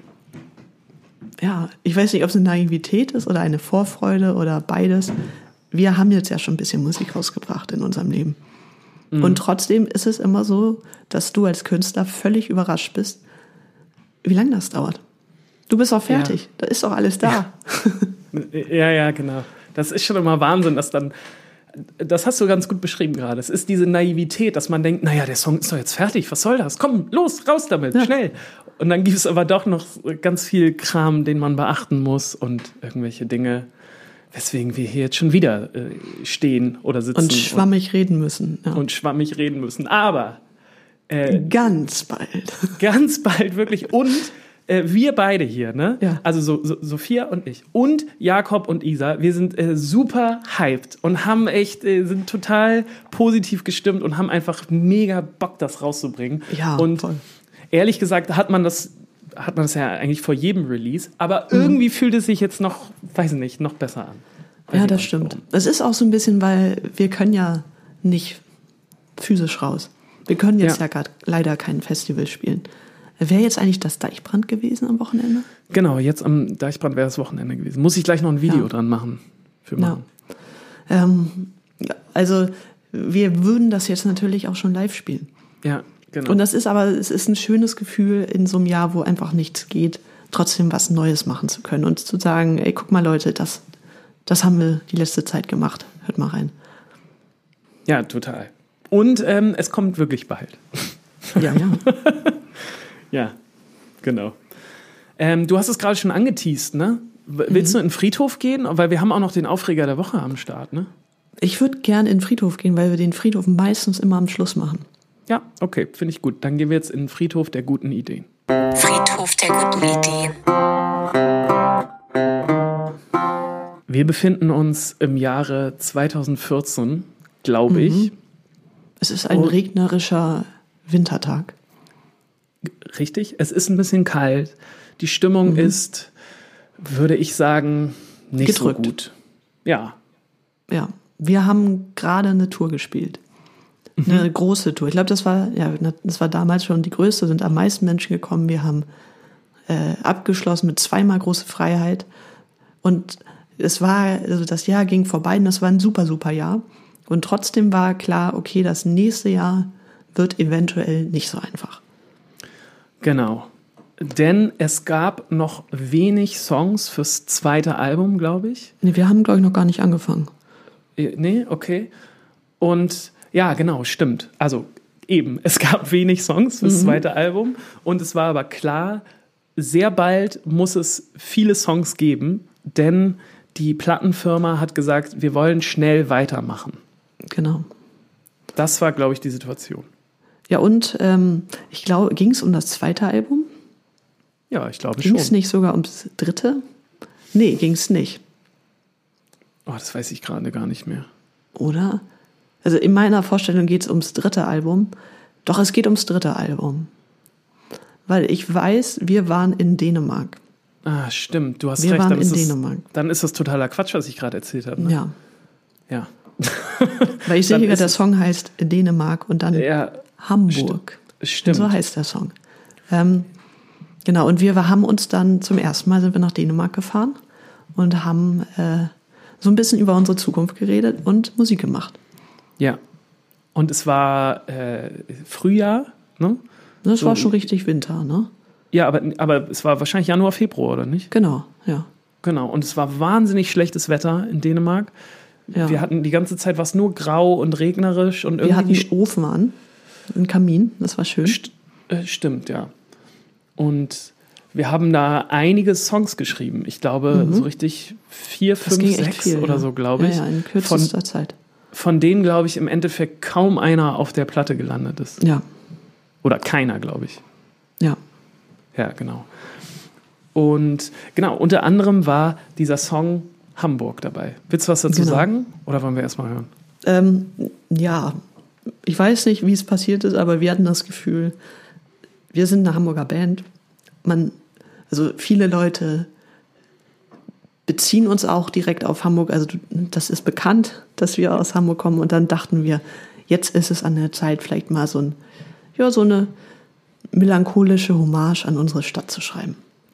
ja, ich weiß nicht, ob es eine Naivität ist oder eine Vorfreude oder beides. Wir haben jetzt ja schon ein bisschen Musik rausgebracht in unserem Leben. Mhm. Und trotzdem ist es immer so, dass du als Künstler völlig überrascht bist, wie lange das dauert. Du bist auch fertig, da ist doch alles da. Ja, ja, genau. Das ist schon immer Wahnsinn, dass dann, das hast du ganz gut beschrieben gerade. Es ist diese Naivität, dass man denkt, naja, der Song ist doch jetzt fertig, was soll das? Komm, los, raus damit, Ja. schnell. Und dann gibt es aber doch noch ganz viel Kram, den man beachten muss und irgendwelche Dinge, weswegen wir hier jetzt schon wieder äh, stehen oder sitzen Und schwammig reden müssen. Ja. und, und schwammig reden müssen. Aber äh, Ganz bald. ganz bald wirklich und äh, wir beide hier, ne? Ja. Also so, so, Sophia und ich und Jakob und Isa, wir sind äh, super hyped und haben echt, äh, sind total positiv gestimmt und haben einfach mega Bock, das rauszubringen. Ja, und voll. ehrlich gesagt hat man das, hat man das ja eigentlich vor jedem Release, aber irgendwie fühlt es sich jetzt noch, weiß ich nicht, noch besser an. Weiß Ja, ich das nicht, stimmt. warum. Es ist auch so ein bisschen, weil wir können ja nicht physisch raus. Wir können jetzt Ja. ja, gerade leider kein Festival spielen. Wäre jetzt eigentlich das Deichbrand gewesen am Wochenende? Genau, jetzt am Deichbrand wäre das Wochenende gewesen. Muss ich gleich noch ein Video Ja. dran machen. Für Ja. machen. Ähm, ja, also wir würden das jetzt natürlich auch schon live spielen. Ja, genau. Und das ist aber, es ist ein schönes Gefühl in so einem Jahr, wo einfach nichts geht, trotzdem was Neues machen zu können und zu sagen, ey, guck mal Leute, das, das haben wir die letzte Zeit gemacht. Hört mal rein. Ja, total. Und ähm, es kommt wirklich bald. Ja, ja. Ja, genau. Ähm, du hast es gerade schon angeteast, ne? W- Willst Mhm. du in den Friedhof gehen? Weil wir haben auch noch den Aufreger der Woche am Start, ne? Ich würde gern in den Friedhof gehen, weil wir den Friedhof meistens immer am Schluss machen. Ja, okay, finde ich gut. Dann gehen wir jetzt in den Friedhof der guten Ideen. Friedhof der guten Ideen. Wir befinden uns im Jahre zweitausendvierzehn, glaube ich. Es ist ein Oh. regnerischer Wintertag. Richtig? Es ist ein bisschen kalt. Die Stimmung ist, würde ich sagen, nicht Gedrückt. so gut. Ja, Ja, wir haben gerade eine Tour gespielt. eine mhm. große Tour. Ich glaube, das war, ja, das war damals schon die größte, sind am meisten Menschen gekommen. Wir haben äh, abgeschlossen mit zweimal große Freiheit. Und es war, also das Jahr ging vorbei und das war ein super, super Jahr. Und trotzdem war klar, okay, das nächste Jahr wird eventuell nicht so einfach. Genau. Denn es gab noch wenig Songs fürs zweite Album, glaube ich. Nee, wir haben, glaube ich, noch gar nicht angefangen. Nee, okay. Und ja, genau, stimmt. Also eben, es gab wenig Songs fürs mhm. zweite Album. Und es war aber klar, sehr bald muss es viele Songs geben, denn die Plattenfirma hat gesagt, wir wollen schnell weitermachen. Genau. Das war, glaube ich, die Situation. Ja, und ähm, ich glaube, ging es um das zweite Album? Ja, ich glaube schon. Ging es nicht sogar ums dritte? Nee, ging es nicht. Oh, das weiß ich gerade gar nicht mehr. Oder? Also in meiner Vorstellung geht es ums dritte Album. Doch, es geht ums dritte Album. Weil ich weiß, wir waren in Dänemark. Ah, stimmt, du hast wir recht. Waren dann, in ist Dänemark. Es, dann ist das totaler Quatsch, was ich gerade erzählt habe. Ne? Ja. Ja. Weil ich sehe hier, der Song heißt Dänemark und dann ja, Hamburg. Stimmt. Und so heißt der Song. Ähm, genau, und wir haben uns dann zum ersten Mal sind wir nach Dänemark gefahren und haben äh, so ein bisschen über unsere Zukunft geredet und Musik gemacht. Ja. Und es war äh, Frühjahr, ne? Das so, war schon richtig Winter, ne? Ja, aber, aber es war wahrscheinlich Januar, Februar, oder nicht? Genau, ja. Genau, und es war wahnsinnig schlechtes Wetter in Dänemark. Ja. Wir hatten die ganze Zeit was nur grau und regnerisch. Und irgendwie wir hatten einen Ofen an, einen Kamin, das war schön. St- äh, stimmt, ja. Und wir haben da einige Songs geschrieben. Ich glaube, mhm. so richtig vier, fünf, sechs viel, oder ja. so, glaube ich. Ja, ja, in kürzester von, Zeit. Von denen, glaube ich, im Endeffekt kaum einer auf der Platte gelandet ist. Ja. Oder keiner, glaube ich. Ja. Ja, genau. Und genau, unter anderem war dieser Song Hamburg dabei. Willst du was dazu genau. sagen? Oder wollen wir erst mal hören? Ähm, ja, ich weiß nicht, wie es passiert ist, aber wir hatten das Gefühl, wir sind eine Hamburger Band. Man, also viele Leute beziehen uns auch direkt auf Hamburg. Also das ist bekannt, dass wir aus Hamburg kommen. Und dann dachten wir, jetzt ist es an der Zeit, vielleicht mal so ein, ja, so eine melancholische Hommage an unsere Stadt zu schreiben.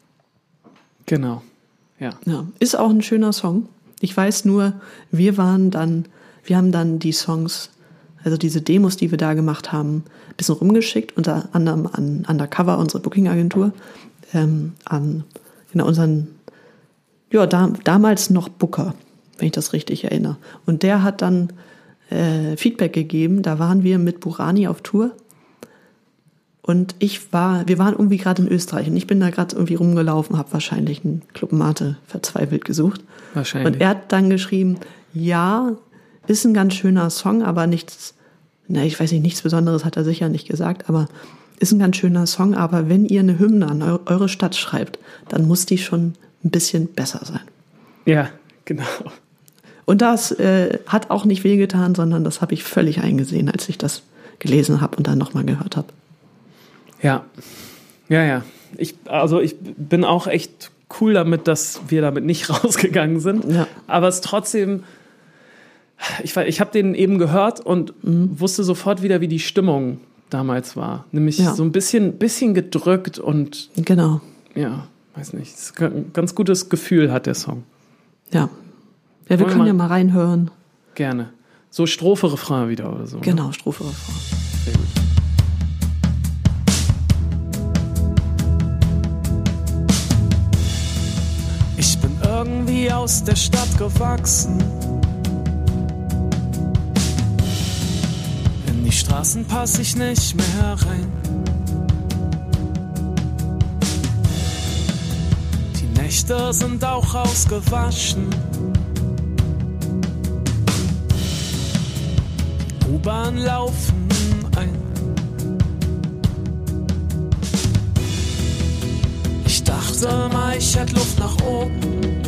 Genau, ja. Ja, ist auch ein schöner Song. Ich weiß nur, wir waren dann, wir haben dann die Songs, also diese Demos, die wir da gemacht haben, ein bisschen rumgeschickt, unter anderem an Undercover, unsere Booking-Agentur, ähm, an genau, unseren, ja, da, damals noch Booker, wenn ich das richtig erinnere. Und der hat dann äh, Feedback gegeben, da waren wir mit Burani auf Tour. Und ich war, wir waren irgendwie gerade in Österreich und ich bin da gerade irgendwie rumgelaufen, habe wahrscheinlich einen Club Mate verzweifelt gesucht. Wahrscheinlich. Und er hat dann geschrieben, ja, ist ein ganz schöner Song, aber nichts, na, ich weiß nicht, nichts Besonderes hat er sicher nicht gesagt, aber ist ein ganz schöner Song, aber wenn ihr eine Hymne an eu- eure Stadt schreibt, dann muss die schon ein bisschen besser sein. Ja, genau. Und das äh, hat auch nicht wehgetan, sondern das habe ich völlig eingesehen, als ich das gelesen habe und dann nochmal gehört habe. Ja, ja, ja. Ich, also ich bin auch echt cool damit, dass wir damit nicht rausgegangen sind. Ja. Aber es trotzdem, ich, ich habe den eben gehört und mhm. wusste sofort wieder, wie die Stimmung damals war. Nämlich ja. so ein bisschen, bisschen gedrückt und genau. Ja, weiß nicht. Ein ganz gutes Gefühl hat der Song. Ja. Ja, wir Wollen können wir ja mal reinhören. Gerne. So Strophe, Refrain wieder oder so. Genau, ne? Strophe, Refrain. Sehr gut. Ich bin irgendwie aus der Stadt gewachsen. In die Straßen pass ich nicht mehr rein. Die Nächte sind auch ausgewaschen. Die U-Bahn laufen ein. Ich dachte mal, ich hätte Luft nach oben.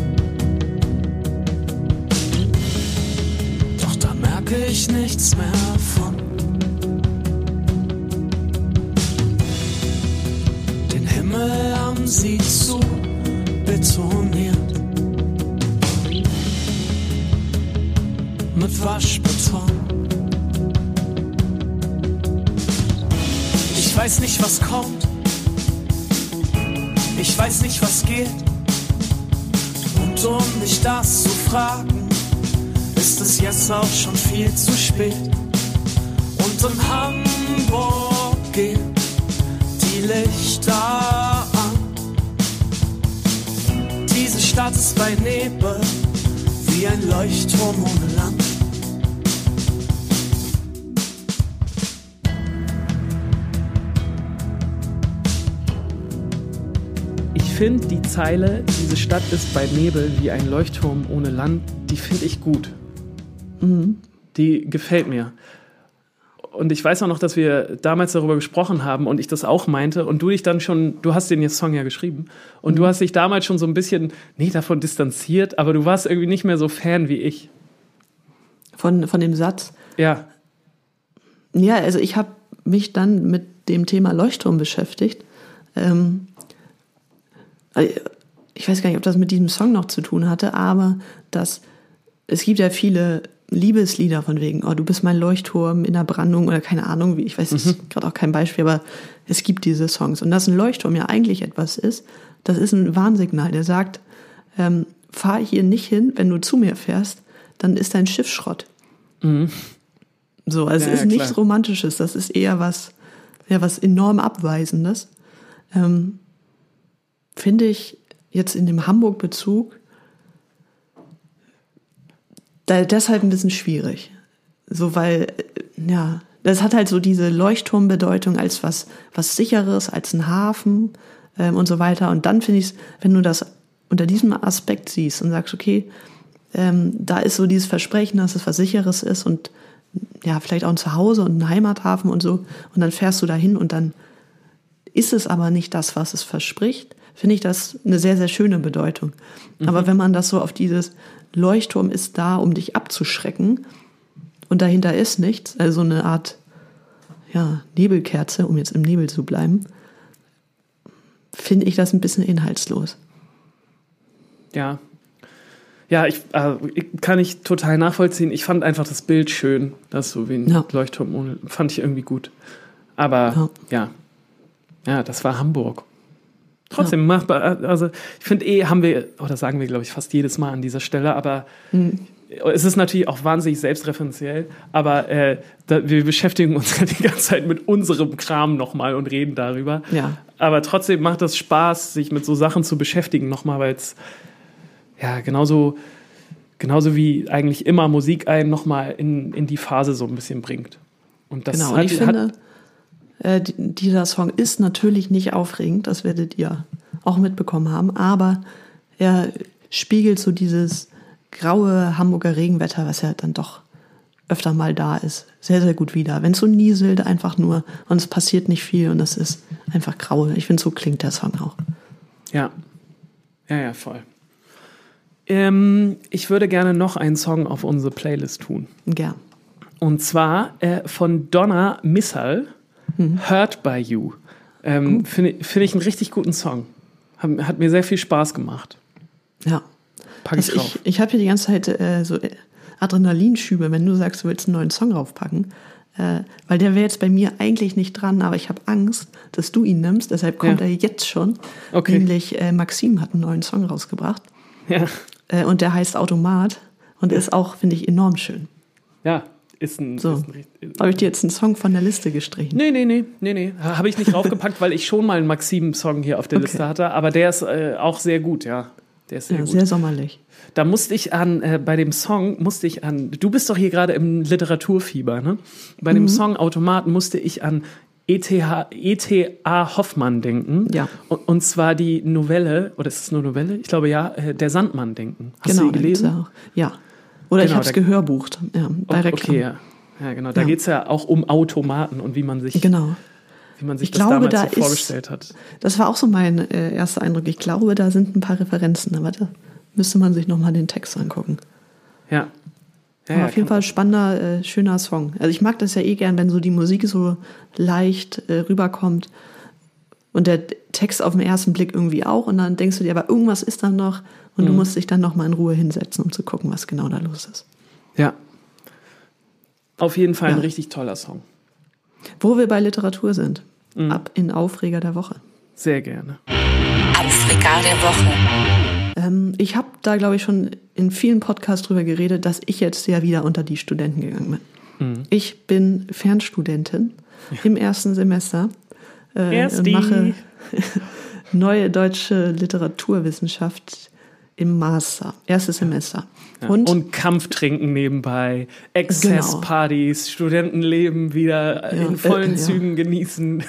Doch da merke ich nichts mehr von. Den Himmel haben sie zu betoniert. Mit Waschbeton. weiß nicht, was kommt. Ich weiß nicht, was geht. Und um dich das zu fragen, ist es jetzt auch schon viel zu spät. Und in Hamburg gehen die Lichter an. Diese Stadt ist bei Nebel wie ein Leuchtturm ohne Land. Ich finde die Zeile, diese Stadt ist bei Nebel wie ein Leuchtturm ohne Land, die finde ich gut. Mhm. Die gefällt mir. Und ich weiß auch noch, dass wir damals darüber gesprochen haben und ich das auch meinte und du dich dann schon, du hast den jetzt Song ja geschrieben und mhm. du hast dich damals schon so ein bisschen, nicht davon distanziert, aber du warst irgendwie nicht mehr so Fan wie ich. Von, von dem Satz? Ja. Ja, also ich habe mich dann mit dem Thema Leuchtturm beschäftigt. Ähm, ich weiß gar nicht, ob das mit diesem Song noch zu tun hatte, aber das, es gibt ja viele Liebeslieder von wegen, oh, du bist mein Leuchtturm in der Brandung oder keine Ahnung, wie, ich weiß mhm. gerade auch kein Beispiel, aber es gibt diese Songs. Und dass ein Leuchtturm ja eigentlich etwas ist, das ist ein Warnsignal, der sagt, ähm, fahr hier nicht hin, wenn du zu mir fährst, dann ist dein Schiff Schrott. Mhm. So, also ja, es ist ja, nichts klar. Romantisches, das ist eher was, ja, was enorm Abweisendes. Ähm, finde ich jetzt in dem Hamburg-Bezug da deshalb ein bisschen schwierig. So, weil, ja, das hat halt so diese Leuchtturmbedeutung als was, was Sicheres, als ein Hafen ähm, und so weiter. Und dann finde ich es, wenn du das unter diesem Aspekt siehst und sagst, okay, ähm, da ist so dieses Versprechen, dass es was Sicheres ist und ja, vielleicht auch ein Zuhause und ein Heimathafen und so. Und dann fährst du dahin und dann ist es aber nicht das, was es verspricht, finde ich das eine sehr, sehr schöne Bedeutung. Mhm. Aber wenn man das so auf dieses Leuchtturm ist da, um dich abzuschrecken und dahinter ist nichts, also eine Art ja, Nebelkerze, um jetzt im Nebel zu bleiben, finde ich das ein bisschen inhaltslos. Ja. Ja, ich, äh, kann ich total nachvollziehen. Ich fand einfach das Bild schön, das so wie ein ja. Leuchtturm ohne, fand ich irgendwie gut. Aber ja, ja, ja das war Hamburg. Trotzdem ja. machbar, also ich finde eh, haben wir, oder sagen wir, glaube ich, fast jedes Mal an dieser Stelle, aber mhm. es ist natürlich auch wahnsinnig selbstreferenziell, aber äh, da, wir beschäftigen uns ja die ganze Zeit mit unserem Kram nochmal und reden darüber. Ja. Aber trotzdem macht das Spaß, sich mit so Sachen zu beschäftigen nochmal, weil es ja genauso, genauso wie eigentlich immer Musik einen nochmal in, in die Phase so ein bisschen bringt. Und das genau, hat, und ich finde, hat, Äh, dieser Song ist natürlich nicht aufregend, das werdet ihr auch mitbekommen haben, aber er spiegelt so dieses graue Hamburger Regenwetter, was ja dann doch öfter mal da ist, sehr, sehr gut wider. Wenn es so nieselt, einfach nur und es passiert nicht viel und es ist einfach grau. Ich finde, so klingt der Song auch. Ja, ja, ja, voll. Ähm, ich würde gerne noch einen Song auf unsere Playlist tun. Gern. Und zwar äh, von Donna Missal, Mhm. Hurt by You. Ähm, Finde find ich einen richtig guten Song. Hat, hat mir sehr viel Spaß gemacht. Ja. Pack ich also ich ich habe hier die ganze Zeit äh, so Adrenalinschübe, wenn du sagst, du willst einen neuen Song raufpacken. Äh, weil der wäre jetzt bei mir eigentlich nicht dran, aber ich habe Angst, dass du ihn nimmst. Deshalb kommt ja. er jetzt schon. Okay. Nämlich äh, Maxim hat einen neuen Song rausgebracht. Ja. Äh, und der heißt Automat. Und ja. ist auch, finde ich, enorm schön. Ja. Ist ein, so. ist ein, habe ich dir jetzt einen Song von der Liste gestrichen? Nee, nee, nee, nee, nee. Habe ich nicht draufgepackt, weil ich schon mal einen Maxim-Song hier auf der okay. Liste hatte. Aber der ist äh, auch sehr gut, ja. Der ist sehr ja, gut. Sehr sommerlich. Da musste ich an, äh, bei dem Song musste ich an, du bist doch hier gerade im Literaturfieber, ne? Bei dem mhm. Song Automaten musste ich an E T A Hoffmann denken. Ja. Und, und zwar die Novelle, oder ist es eine Novelle? Ich glaube ja, äh, Der Sandmann denken. Hast genau, du die gelesen? Auch. Ja. Oder genau, ich habe es gehörbucht. Ja, bei Reklam. Okay, ja. Ja, genau. Da ja. geht es ja auch um Automaten und wie man sich, genau. wie man sich ich das glaube, damals da so ist, vorgestellt hat. Das war auch so mein äh, erster Eindruck. Ich glaube, da sind ein paar Referenzen. Aber da müsste man sich nochmal den Text angucken. Ja. ja, Aber ja auf jeden Fall spannender, äh, schöner Song. Also ich mag das ja eh gern, wenn so die Musik so leicht äh, rüberkommt und der Text auf den ersten Blick irgendwie auch. Und dann denkst du dir, aber irgendwas ist da noch und mhm. du musst dich dann nochmal in Ruhe hinsetzen, um zu gucken, was genau da los ist. Ja. Auf jeden Fall ja. ein richtig toller Song. Wo wir bei Literatur sind. mhm. ab in Aufreger der Woche. Sehr gerne. Aufreger der Woche. Ähm, ich habe da, glaube ich, schon in vielen Podcasts drüber geredet, dass ich jetzt ja wieder unter die Studenten gegangen bin. Mhm. Ich bin Fernstudentin ja. im ersten Semester äh, und mache neue deutsche Literaturwissenschaft im Master, erstes Semester. Ja. Und, und Kampftrinken nebenbei, Exzesspartys, genau. Studentenleben wieder ja, in vollen äh, Zügen ja. genießen.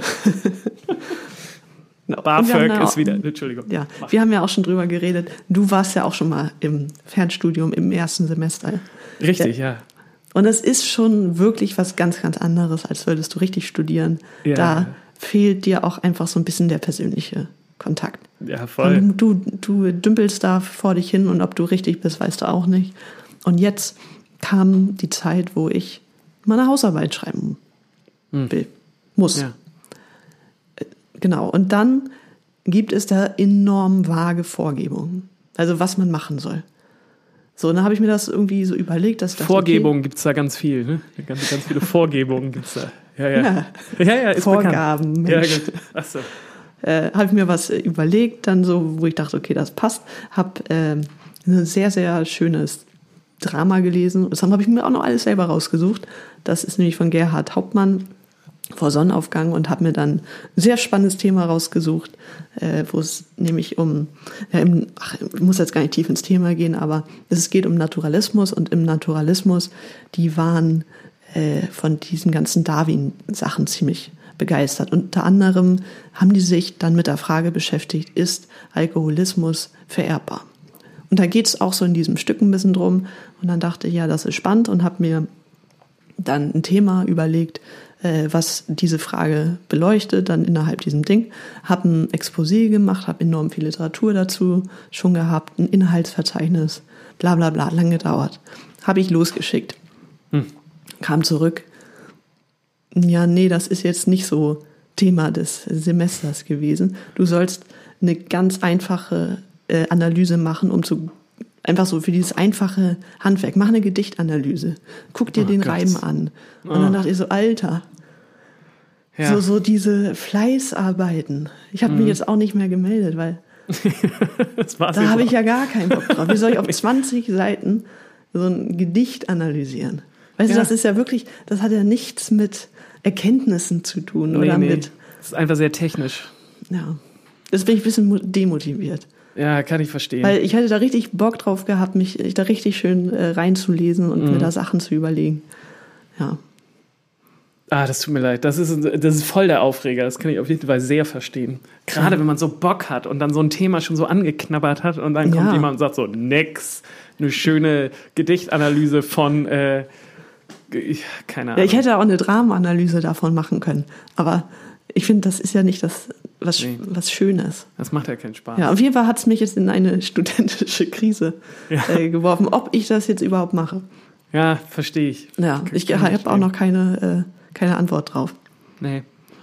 No. BAföG ja ist wieder, Entschuldigung. Ja, wir haben ja auch schon drüber geredet. Du warst ja auch schon mal im Fernstudium im ersten Semester. Richtig, ja. ja. Und es ist schon wirklich was ganz, ganz anderes, als würdest du richtig studieren. Ja. Da fehlt dir auch einfach so ein bisschen der persönliche Kontakt. Ja, voll. Und du, du dümpelst da vor dich hin und ob du richtig bist, weißt du auch nicht. Und jetzt kam die Zeit, wo ich meine Hausarbeit schreiben will, hm. muss. Ja. Genau, und dann gibt es da enorm vage Vorgebungen, also was man machen soll. So, und dann habe ich mir das irgendwie so überlegt, dass das Vorgebungen okay, gibt es da ganz viel, ne? Ganz, ganz viele Vorgebungen gibt es da. Ja, ja. Ja, ja, ja ist Vorgaben, Mensch. Ja, ach so. Äh, habe ich mir was überlegt, dann so, wo ich dachte, okay, das passt. Habe äh, ein sehr, sehr schönes Drama gelesen. Das habe ich mir auch noch alles selber rausgesucht. Das ist nämlich von Gerhard Hauptmann, Vor Sonnenaufgang, und habe mir dann ein sehr spannendes Thema rausgesucht, äh, wo es nämlich um, ja, im, ach, ich muss jetzt gar nicht tief ins Thema gehen, aber es geht um Naturalismus, und im Naturalismus, die waren äh, von diesen ganzen Darwin-Sachen ziemlich begeistert. Unter anderem haben die sich dann mit der Frage beschäftigt, ist Alkoholismus vererbbar? Und da geht es auch so in diesem Stück ein bisschen drum, und dann dachte ich, ja, das ist spannend, und habe mir dann ein Thema überlegt, was diese Frage beleuchtet, dann innerhalb diesem Ding. Habe ein Exposé gemacht, habe enorm viel Literatur dazu schon gehabt, ein Inhaltsverzeichnis, bla bla bla, lang gedauert. Habe ich losgeschickt. Hm. Kam zurück. Ja, nee, das ist jetzt nicht so Thema des Semesters gewesen. Du sollst eine ganz einfache äh, Analyse machen, um zu einfach so für dieses einfache Handwerk. Mach eine Gedichtanalyse. Guck dir oh den Gott. Reim an. Und oh. dann dachte ich so, Alter, ja. so, so diese Fleißarbeiten. Ich habe mhm. mich jetzt auch nicht mehr gemeldet, weil da habe ich ja gar keinen Bock drauf. Wie soll ich auf zwanzig Seiten so ein Gedicht analysieren? Weißt ja. du, das ist ja wirklich, das hat ja nichts mit Erkenntnissen zu tun. Nee, oder nee. mit. Das ist einfach sehr technisch. Ja. Jetzt bin ich ein bisschen demotiviert. Ja, kann ich verstehen. Weil ich hatte da richtig Bock drauf gehabt, mich da richtig schön äh, reinzulesen und mhm. mir da Sachen zu überlegen. Ja. Ah, das tut mir leid. Das ist, das ist voll der Aufreger. Das kann ich auf jeden Fall sehr verstehen. Gerade ja. wenn man so Bock hat und dann so ein Thema schon so angeknabbert hat und dann kommt ja. jemand und sagt so, nix, eine schöne Gedichtanalyse von, äh, keine Ahnung. Ja, ich hätte auch eine Dramenanalyse davon machen können. Aber ich finde, das ist ja nicht das, was, nee. was Schönes. Das macht ja keinen Spaß. Ja, auf jeden Fall hat es mich jetzt in eine studentische Krise ja. äh, geworfen, ob ich das jetzt überhaupt mache. Ja, verstehe ich. Ja, ich habe auch noch keine, äh, keine Antwort drauf. Nee.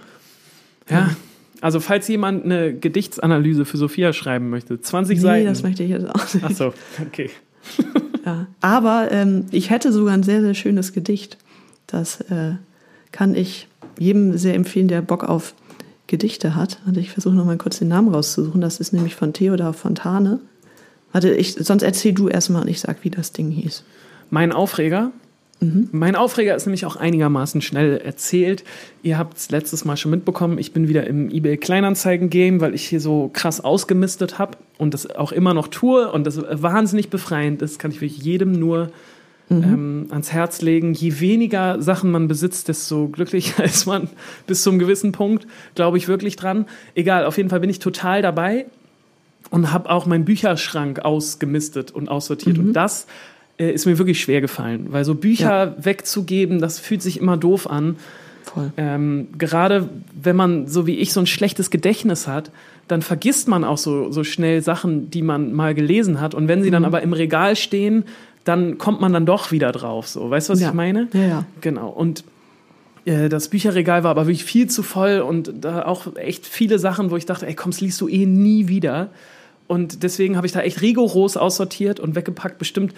Ja, ja, also falls jemand eine Gedichtsanalyse für Sophia schreiben möchte, zwanzig nee, Seiten. Nee, das möchte ich jetzt auch nicht. Ach so, okay. Ja, aber ähm, ich hätte sogar ein sehr, sehr schönes Gedicht. Das äh, kann ich jedem sehr empfehlen, der Bock auf Gedichte hat. Und ich versuche noch mal kurz den Namen rauszusuchen. Das ist nämlich von Theodor Fontane. Warte, ich, sonst erzähl du erstmal und ich sag, wie das Ding hieß. Mein Aufreger? Mhm. Mein Aufreger ist nämlich auch einigermaßen schnell erzählt. Ihr habt es letztes Mal schon mitbekommen, ich bin wieder im eBay-Kleinanzeigen-Game, weil ich hier so krass ausgemistet habe und das auch immer noch tue und das wahnsinnig befreiend ist, kann ich wirklich jedem nur mhm. ähm, ans Herz legen. Je weniger Sachen man besitzt, desto glücklicher ist man bis zu einem gewissen Punkt, glaube ich wirklich dran. Egal, auf jeden Fall bin ich total dabei und habe auch meinen Bücherschrank ausgemistet und aussortiert mhm. und das ist mir wirklich schwer gefallen, weil so Bücher ja. wegzugeben, das fühlt sich immer doof an. Voll. Ähm, gerade wenn man, so wie ich, so ein schlechtes Gedächtnis hat, dann vergisst man auch so, so schnell Sachen, die man mal gelesen hat. Und wenn sie mhm. dann aber im Regal stehen, dann kommt man dann doch wieder drauf. So. Weißt du, was ja. ich meine? Ja, ja. Genau. Und äh, das Bücherregal war aber wirklich viel zu voll und da auch echt viele Sachen, wo ich dachte, ey komm, das liest du eh nie wieder. Und deswegen habe ich da echt rigoros aussortiert und weggepackt, bestimmt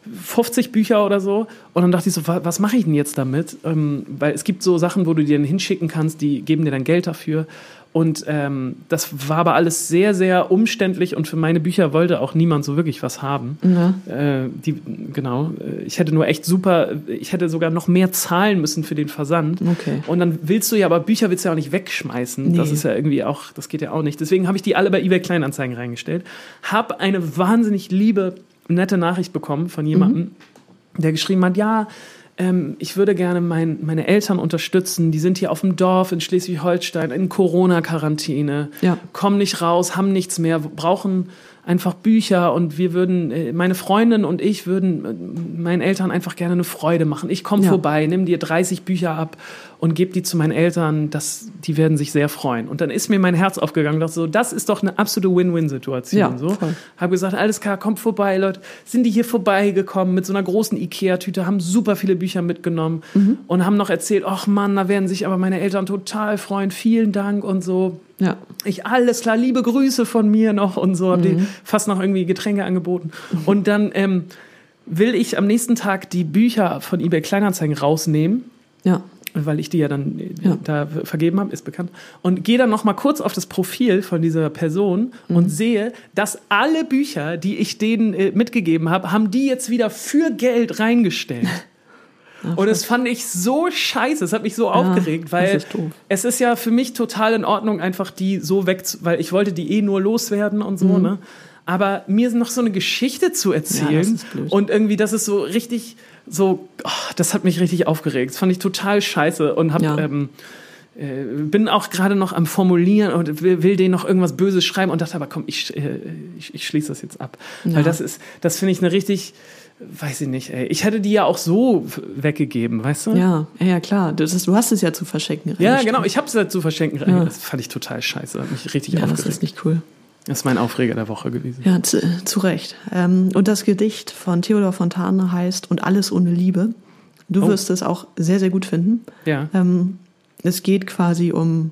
fünfzig Bücher oder so. Und dann dachte ich so, was, was mache ich denn jetzt damit? Ähm, weil es gibt so Sachen, wo du dir dann hinschicken kannst, die geben dir dann Geld dafür. Und ähm, das war aber alles sehr, sehr umständlich und für meine Bücher wollte auch niemand so wirklich was haben. Ja. Äh, die, genau, ich hätte nur echt super, ich hätte sogar noch mehr zahlen müssen für den Versand. Okay. Und dann willst du ja, aber Bücher willst du ja auch nicht wegschmeißen. Nee. Das ist ja irgendwie auch, das geht ja auch nicht. Deswegen habe ich die alle bei eBay Kleinanzeigen reingestellt. Habe eine wahnsinnig liebe, nette Nachricht bekommen von jemandem, mhm. der geschrieben hat, ja, Ähm, ich würde gerne mein, meine Eltern unterstützen. Die sind hier auf dem Dorf in Schleswig-Holstein in Corona-Quarantäne, ja. kommen nicht raus, haben nichts mehr, brauchen einfach Bücher und wir würden, meine Freundin und ich würden meinen Eltern einfach gerne eine Freude machen. Ich komme ja. vorbei, nimm dir dreißig Bücher ab und gebe die zu meinen Eltern. Das, die werden sich sehr freuen. Und dann ist mir mein Herz aufgegangen. Dachte so, das ist doch eine absolute Win-Win-Situation. Ja, so. Habe gesagt, alles klar, kommt vorbei, Leute. Sind die hier vorbeigekommen mit so einer großen Ikea-Tüte, haben super viele Bücher mitgenommen mhm. und haben noch erzählt, ach Mann, da werden sich aber meine Eltern total freuen. Vielen Dank und so. Ja. Ich, alles klar, liebe Grüße von mir noch und so, hab mhm. die fast noch irgendwie Getränke angeboten. Mhm. Und dann ähm, will ich am nächsten Tag die Bücher von eBay Kleinanzeigen rausnehmen, ja. weil ich die ja dann ja. da vergeben habe, ist bekannt. Und gehe dann noch mal kurz auf das Profil von dieser Person mhm. und sehe, dass alle Bücher, die ich denen äh, mitgegeben habe, haben die jetzt wieder für Geld reingestellt. Ach, und das fand ich so scheiße, es hat mich so ja, aufgeregt, weil ist es ist ja für mich total in Ordnung, einfach die so weg, weil ich wollte die eh nur loswerden und so, mhm. ne? Aber mir noch so eine Geschichte zu erzählen ja, das ist blöd. Und irgendwie, das ist so richtig, so, oh, das hat mich richtig aufgeregt, das fand ich total scheiße und hab, ja. ähm, äh, bin auch gerade noch am Formulieren und will, will denen noch irgendwas Böses schreiben und dachte, aber komm, ich, äh, ich, ich schließe das jetzt ab, ja. weil das ist, das finde ich eine richtig, weiß ich nicht, ey. Ich hätte die ja auch so weggegeben, weißt du? Ja, ja, klar. Das ist, du hast es ja zu verschenken. Ja, genau. Ich habe es ja zu verschenken. Ja. Das fand ich total scheiße. Hat mich richtig ja, aufgeregt. Das ist nicht cool. Das ist mein Aufreger der Woche gewesen. Ja, zu, zu Recht. Ähm, und das Gedicht von Theodor Fontane heißt Und alles ohne Liebe. Du oh. wirst es auch sehr, sehr gut finden. Ja. Ähm, es geht quasi um,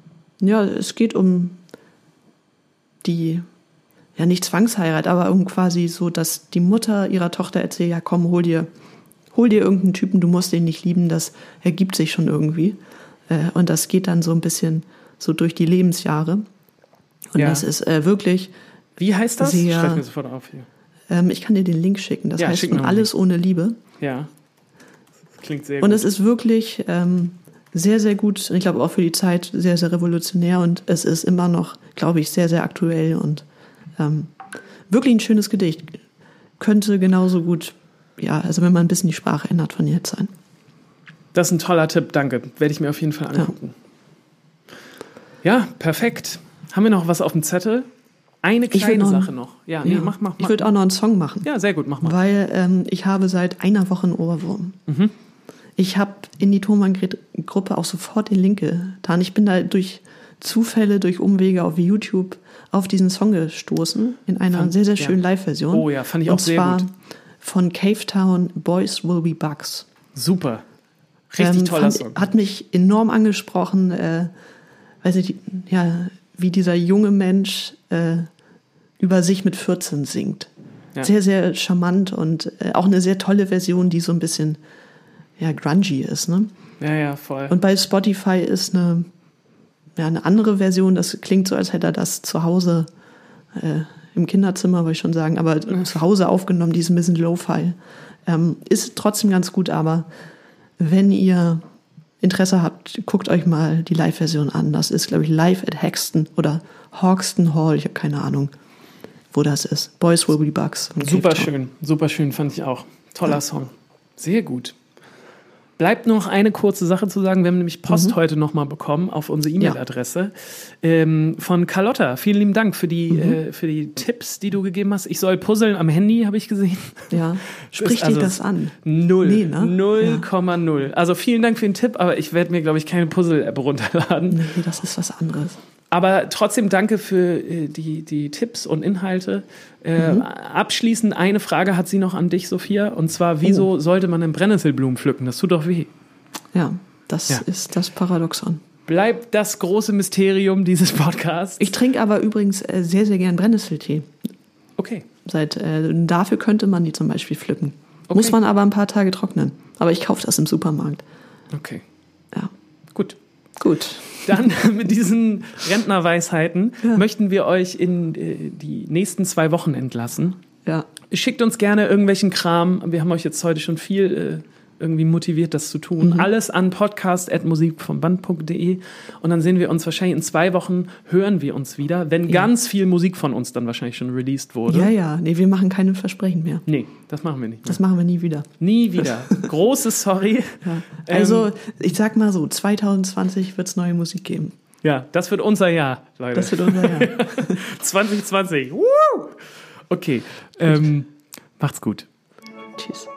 ja, es geht um die... ja nicht Zwangsheirat, aber um quasi so, dass die Mutter ihrer Tochter erzählt, ja komm, hol dir, hol dir irgendeinen Typen, du musst den nicht lieben, das ergibt sich schon irgendwie. Und das geht dann so ein bisschen so durch die Lebensjahre. Und ja. das ist äh, wirklich... Wie heißt das? Sehr, Schreib mir sofort auf hier. Ähm, ich kann dir den Link schicken. Das ja, heißt Und alles ohne Liebe. Ja, das klingt sehr und gut. es ist wirklich ähm, sehr, sehr gut. Ich glaube auch für die Zeit sehr, sehr revolutionär. Und es ist immer noch, glaube ich, sehr, sehr aktuell und Ähm, wirklich ein schönes Gedicht. Könnte genauso gut, ja, also wenn man ein bisschen die Sprache ändert, von jetzt sein. Das ist ein toller Tipp, danke. Werde ich mir auf jeden Fall angucken. Ja, ja perfekt. Haben wir noch was auf dem Zettel? Eine kleine Sache noch. Ja, nee, ja, mach, mach, mach. Ich würde auch noch einen Song machen. Ja, sehr gut, mach mal. Weil ähm, ich habe seit einer Woche einen Ohrwurm. Mhm. Ich habe in die Tonbandgruppe auch sofort den Link getan. Ich bin da durch Zufälle, durch Umwege auf YouTube auf diesen Song gestoßen, in einer fand, sehr, sehr schönen ja. Live-Version. Oh ja, fand ich auch sehr gut. Und zwar von Cave Town, Boys Will Be Bugs. Super. Richtig ähm, toller fand, Song. Hat mich enorm angesprochen, äh, weiß nicht, ja, wie dieser junge Mensch äh, über sich mit vierzehn singt. Ja. Sehr, sehr charmant und äh, auch eine sehr tolle Version, die so ein bisschen ja, grungy ist. Ne? Ja, ja, voll. Und bei Spotify ist eine Ja, eine andere Version, das klingt so, als hätte er das zu Hause äh, im Kinderzimmer, wollte ich schon sagen, aber mhm. zu Hause aufgenommen, die ist ein bisschen Lo-Fi. Ähm, ist trotzdem ganz gut, aber wenn ihr Interesse habt, guckt euch mal die Live-Version an. Das ist, glaube ich, live at Hexton oder Hawkston Hall, ich habe keine Ahnung, wo das ist. Boys Will Be Bugs. Super schön, super schön, fand ich auch. Toller ja. Song. Sehr gut. Bleibt noch eine kurze Sache zu sagen. Wir haben nämlich Post mhm. heute nochmal bekommen auf unsere E-Mail-Adresse ja. ähm, von Carlotta. Vielen lieben Dank für die, mhm. äh, für die Tipps, die du gegeben hast. Ich soll puzzeln am Handy, habe ich gesehen. Ja, sprich also dich das an? Null, nee, ne? null Komma null. Ja. Also vielen Dank für den Tipp, aber ich werde mir, glaube ich, keine Puzzle-App runterladen. Nee, das ist was anderes. Aber trotzdem danke für äh, die, die Tipps und Inhalte. Äh, mhm. Abschließend eine Frage hat sie noch an dich, Sophia. Und zwar, wieso oh. sollte man denn Brennnesselblumen pflücken? Das tut doch weh. Ja, das ja. ist das Paradoxon. Bleibt das große Mysterium dieses Podcasts. Ich trinke aber übrigens äh, sehr, sehr gern Brennnesseltee. Okay. Seit, äh, dafür könnte man die zum Beispiel pflücken. Okay. Muss man aber ein paar Tage trocknen. Aber ich kaufe das im Supermarkt. Okay. Ja. Gut. Gut. Dann mit diesen Rentnerweisheiten Ja. möchten wir euch in äh, die nächsten zwei Wochen entlassen. Ja. Schickt uns gerne irgendwelchen Kram. Wir haben euch jetzt heute schon viel äh, irgendwie motiviert, das zu tun. Mhm. Alles an podcast at musik vom band punkt de und dann sehen wir uns wahrscheinlich in zwei Wochen, hören wir uns wieder, wenn ja. ganz viel Musik von uns dann wahrscheinlich schon released wurde. Ja, ja. Nee, wir machen keine Versprechen mehr. Nee, das machen wir nicht mehr. Das machen wir nie wieder. Nie wieder. Großes Sorry. Ja. Also, ähm, ich sag mal so, zwanzig zwanzig wird es neue Musik geben. Ja, das wird unser Jahr, Leute. Das wird unser Jahr. zwanzig zwanzig. Woo! Okay, ähm, macht's gut. Tschüss.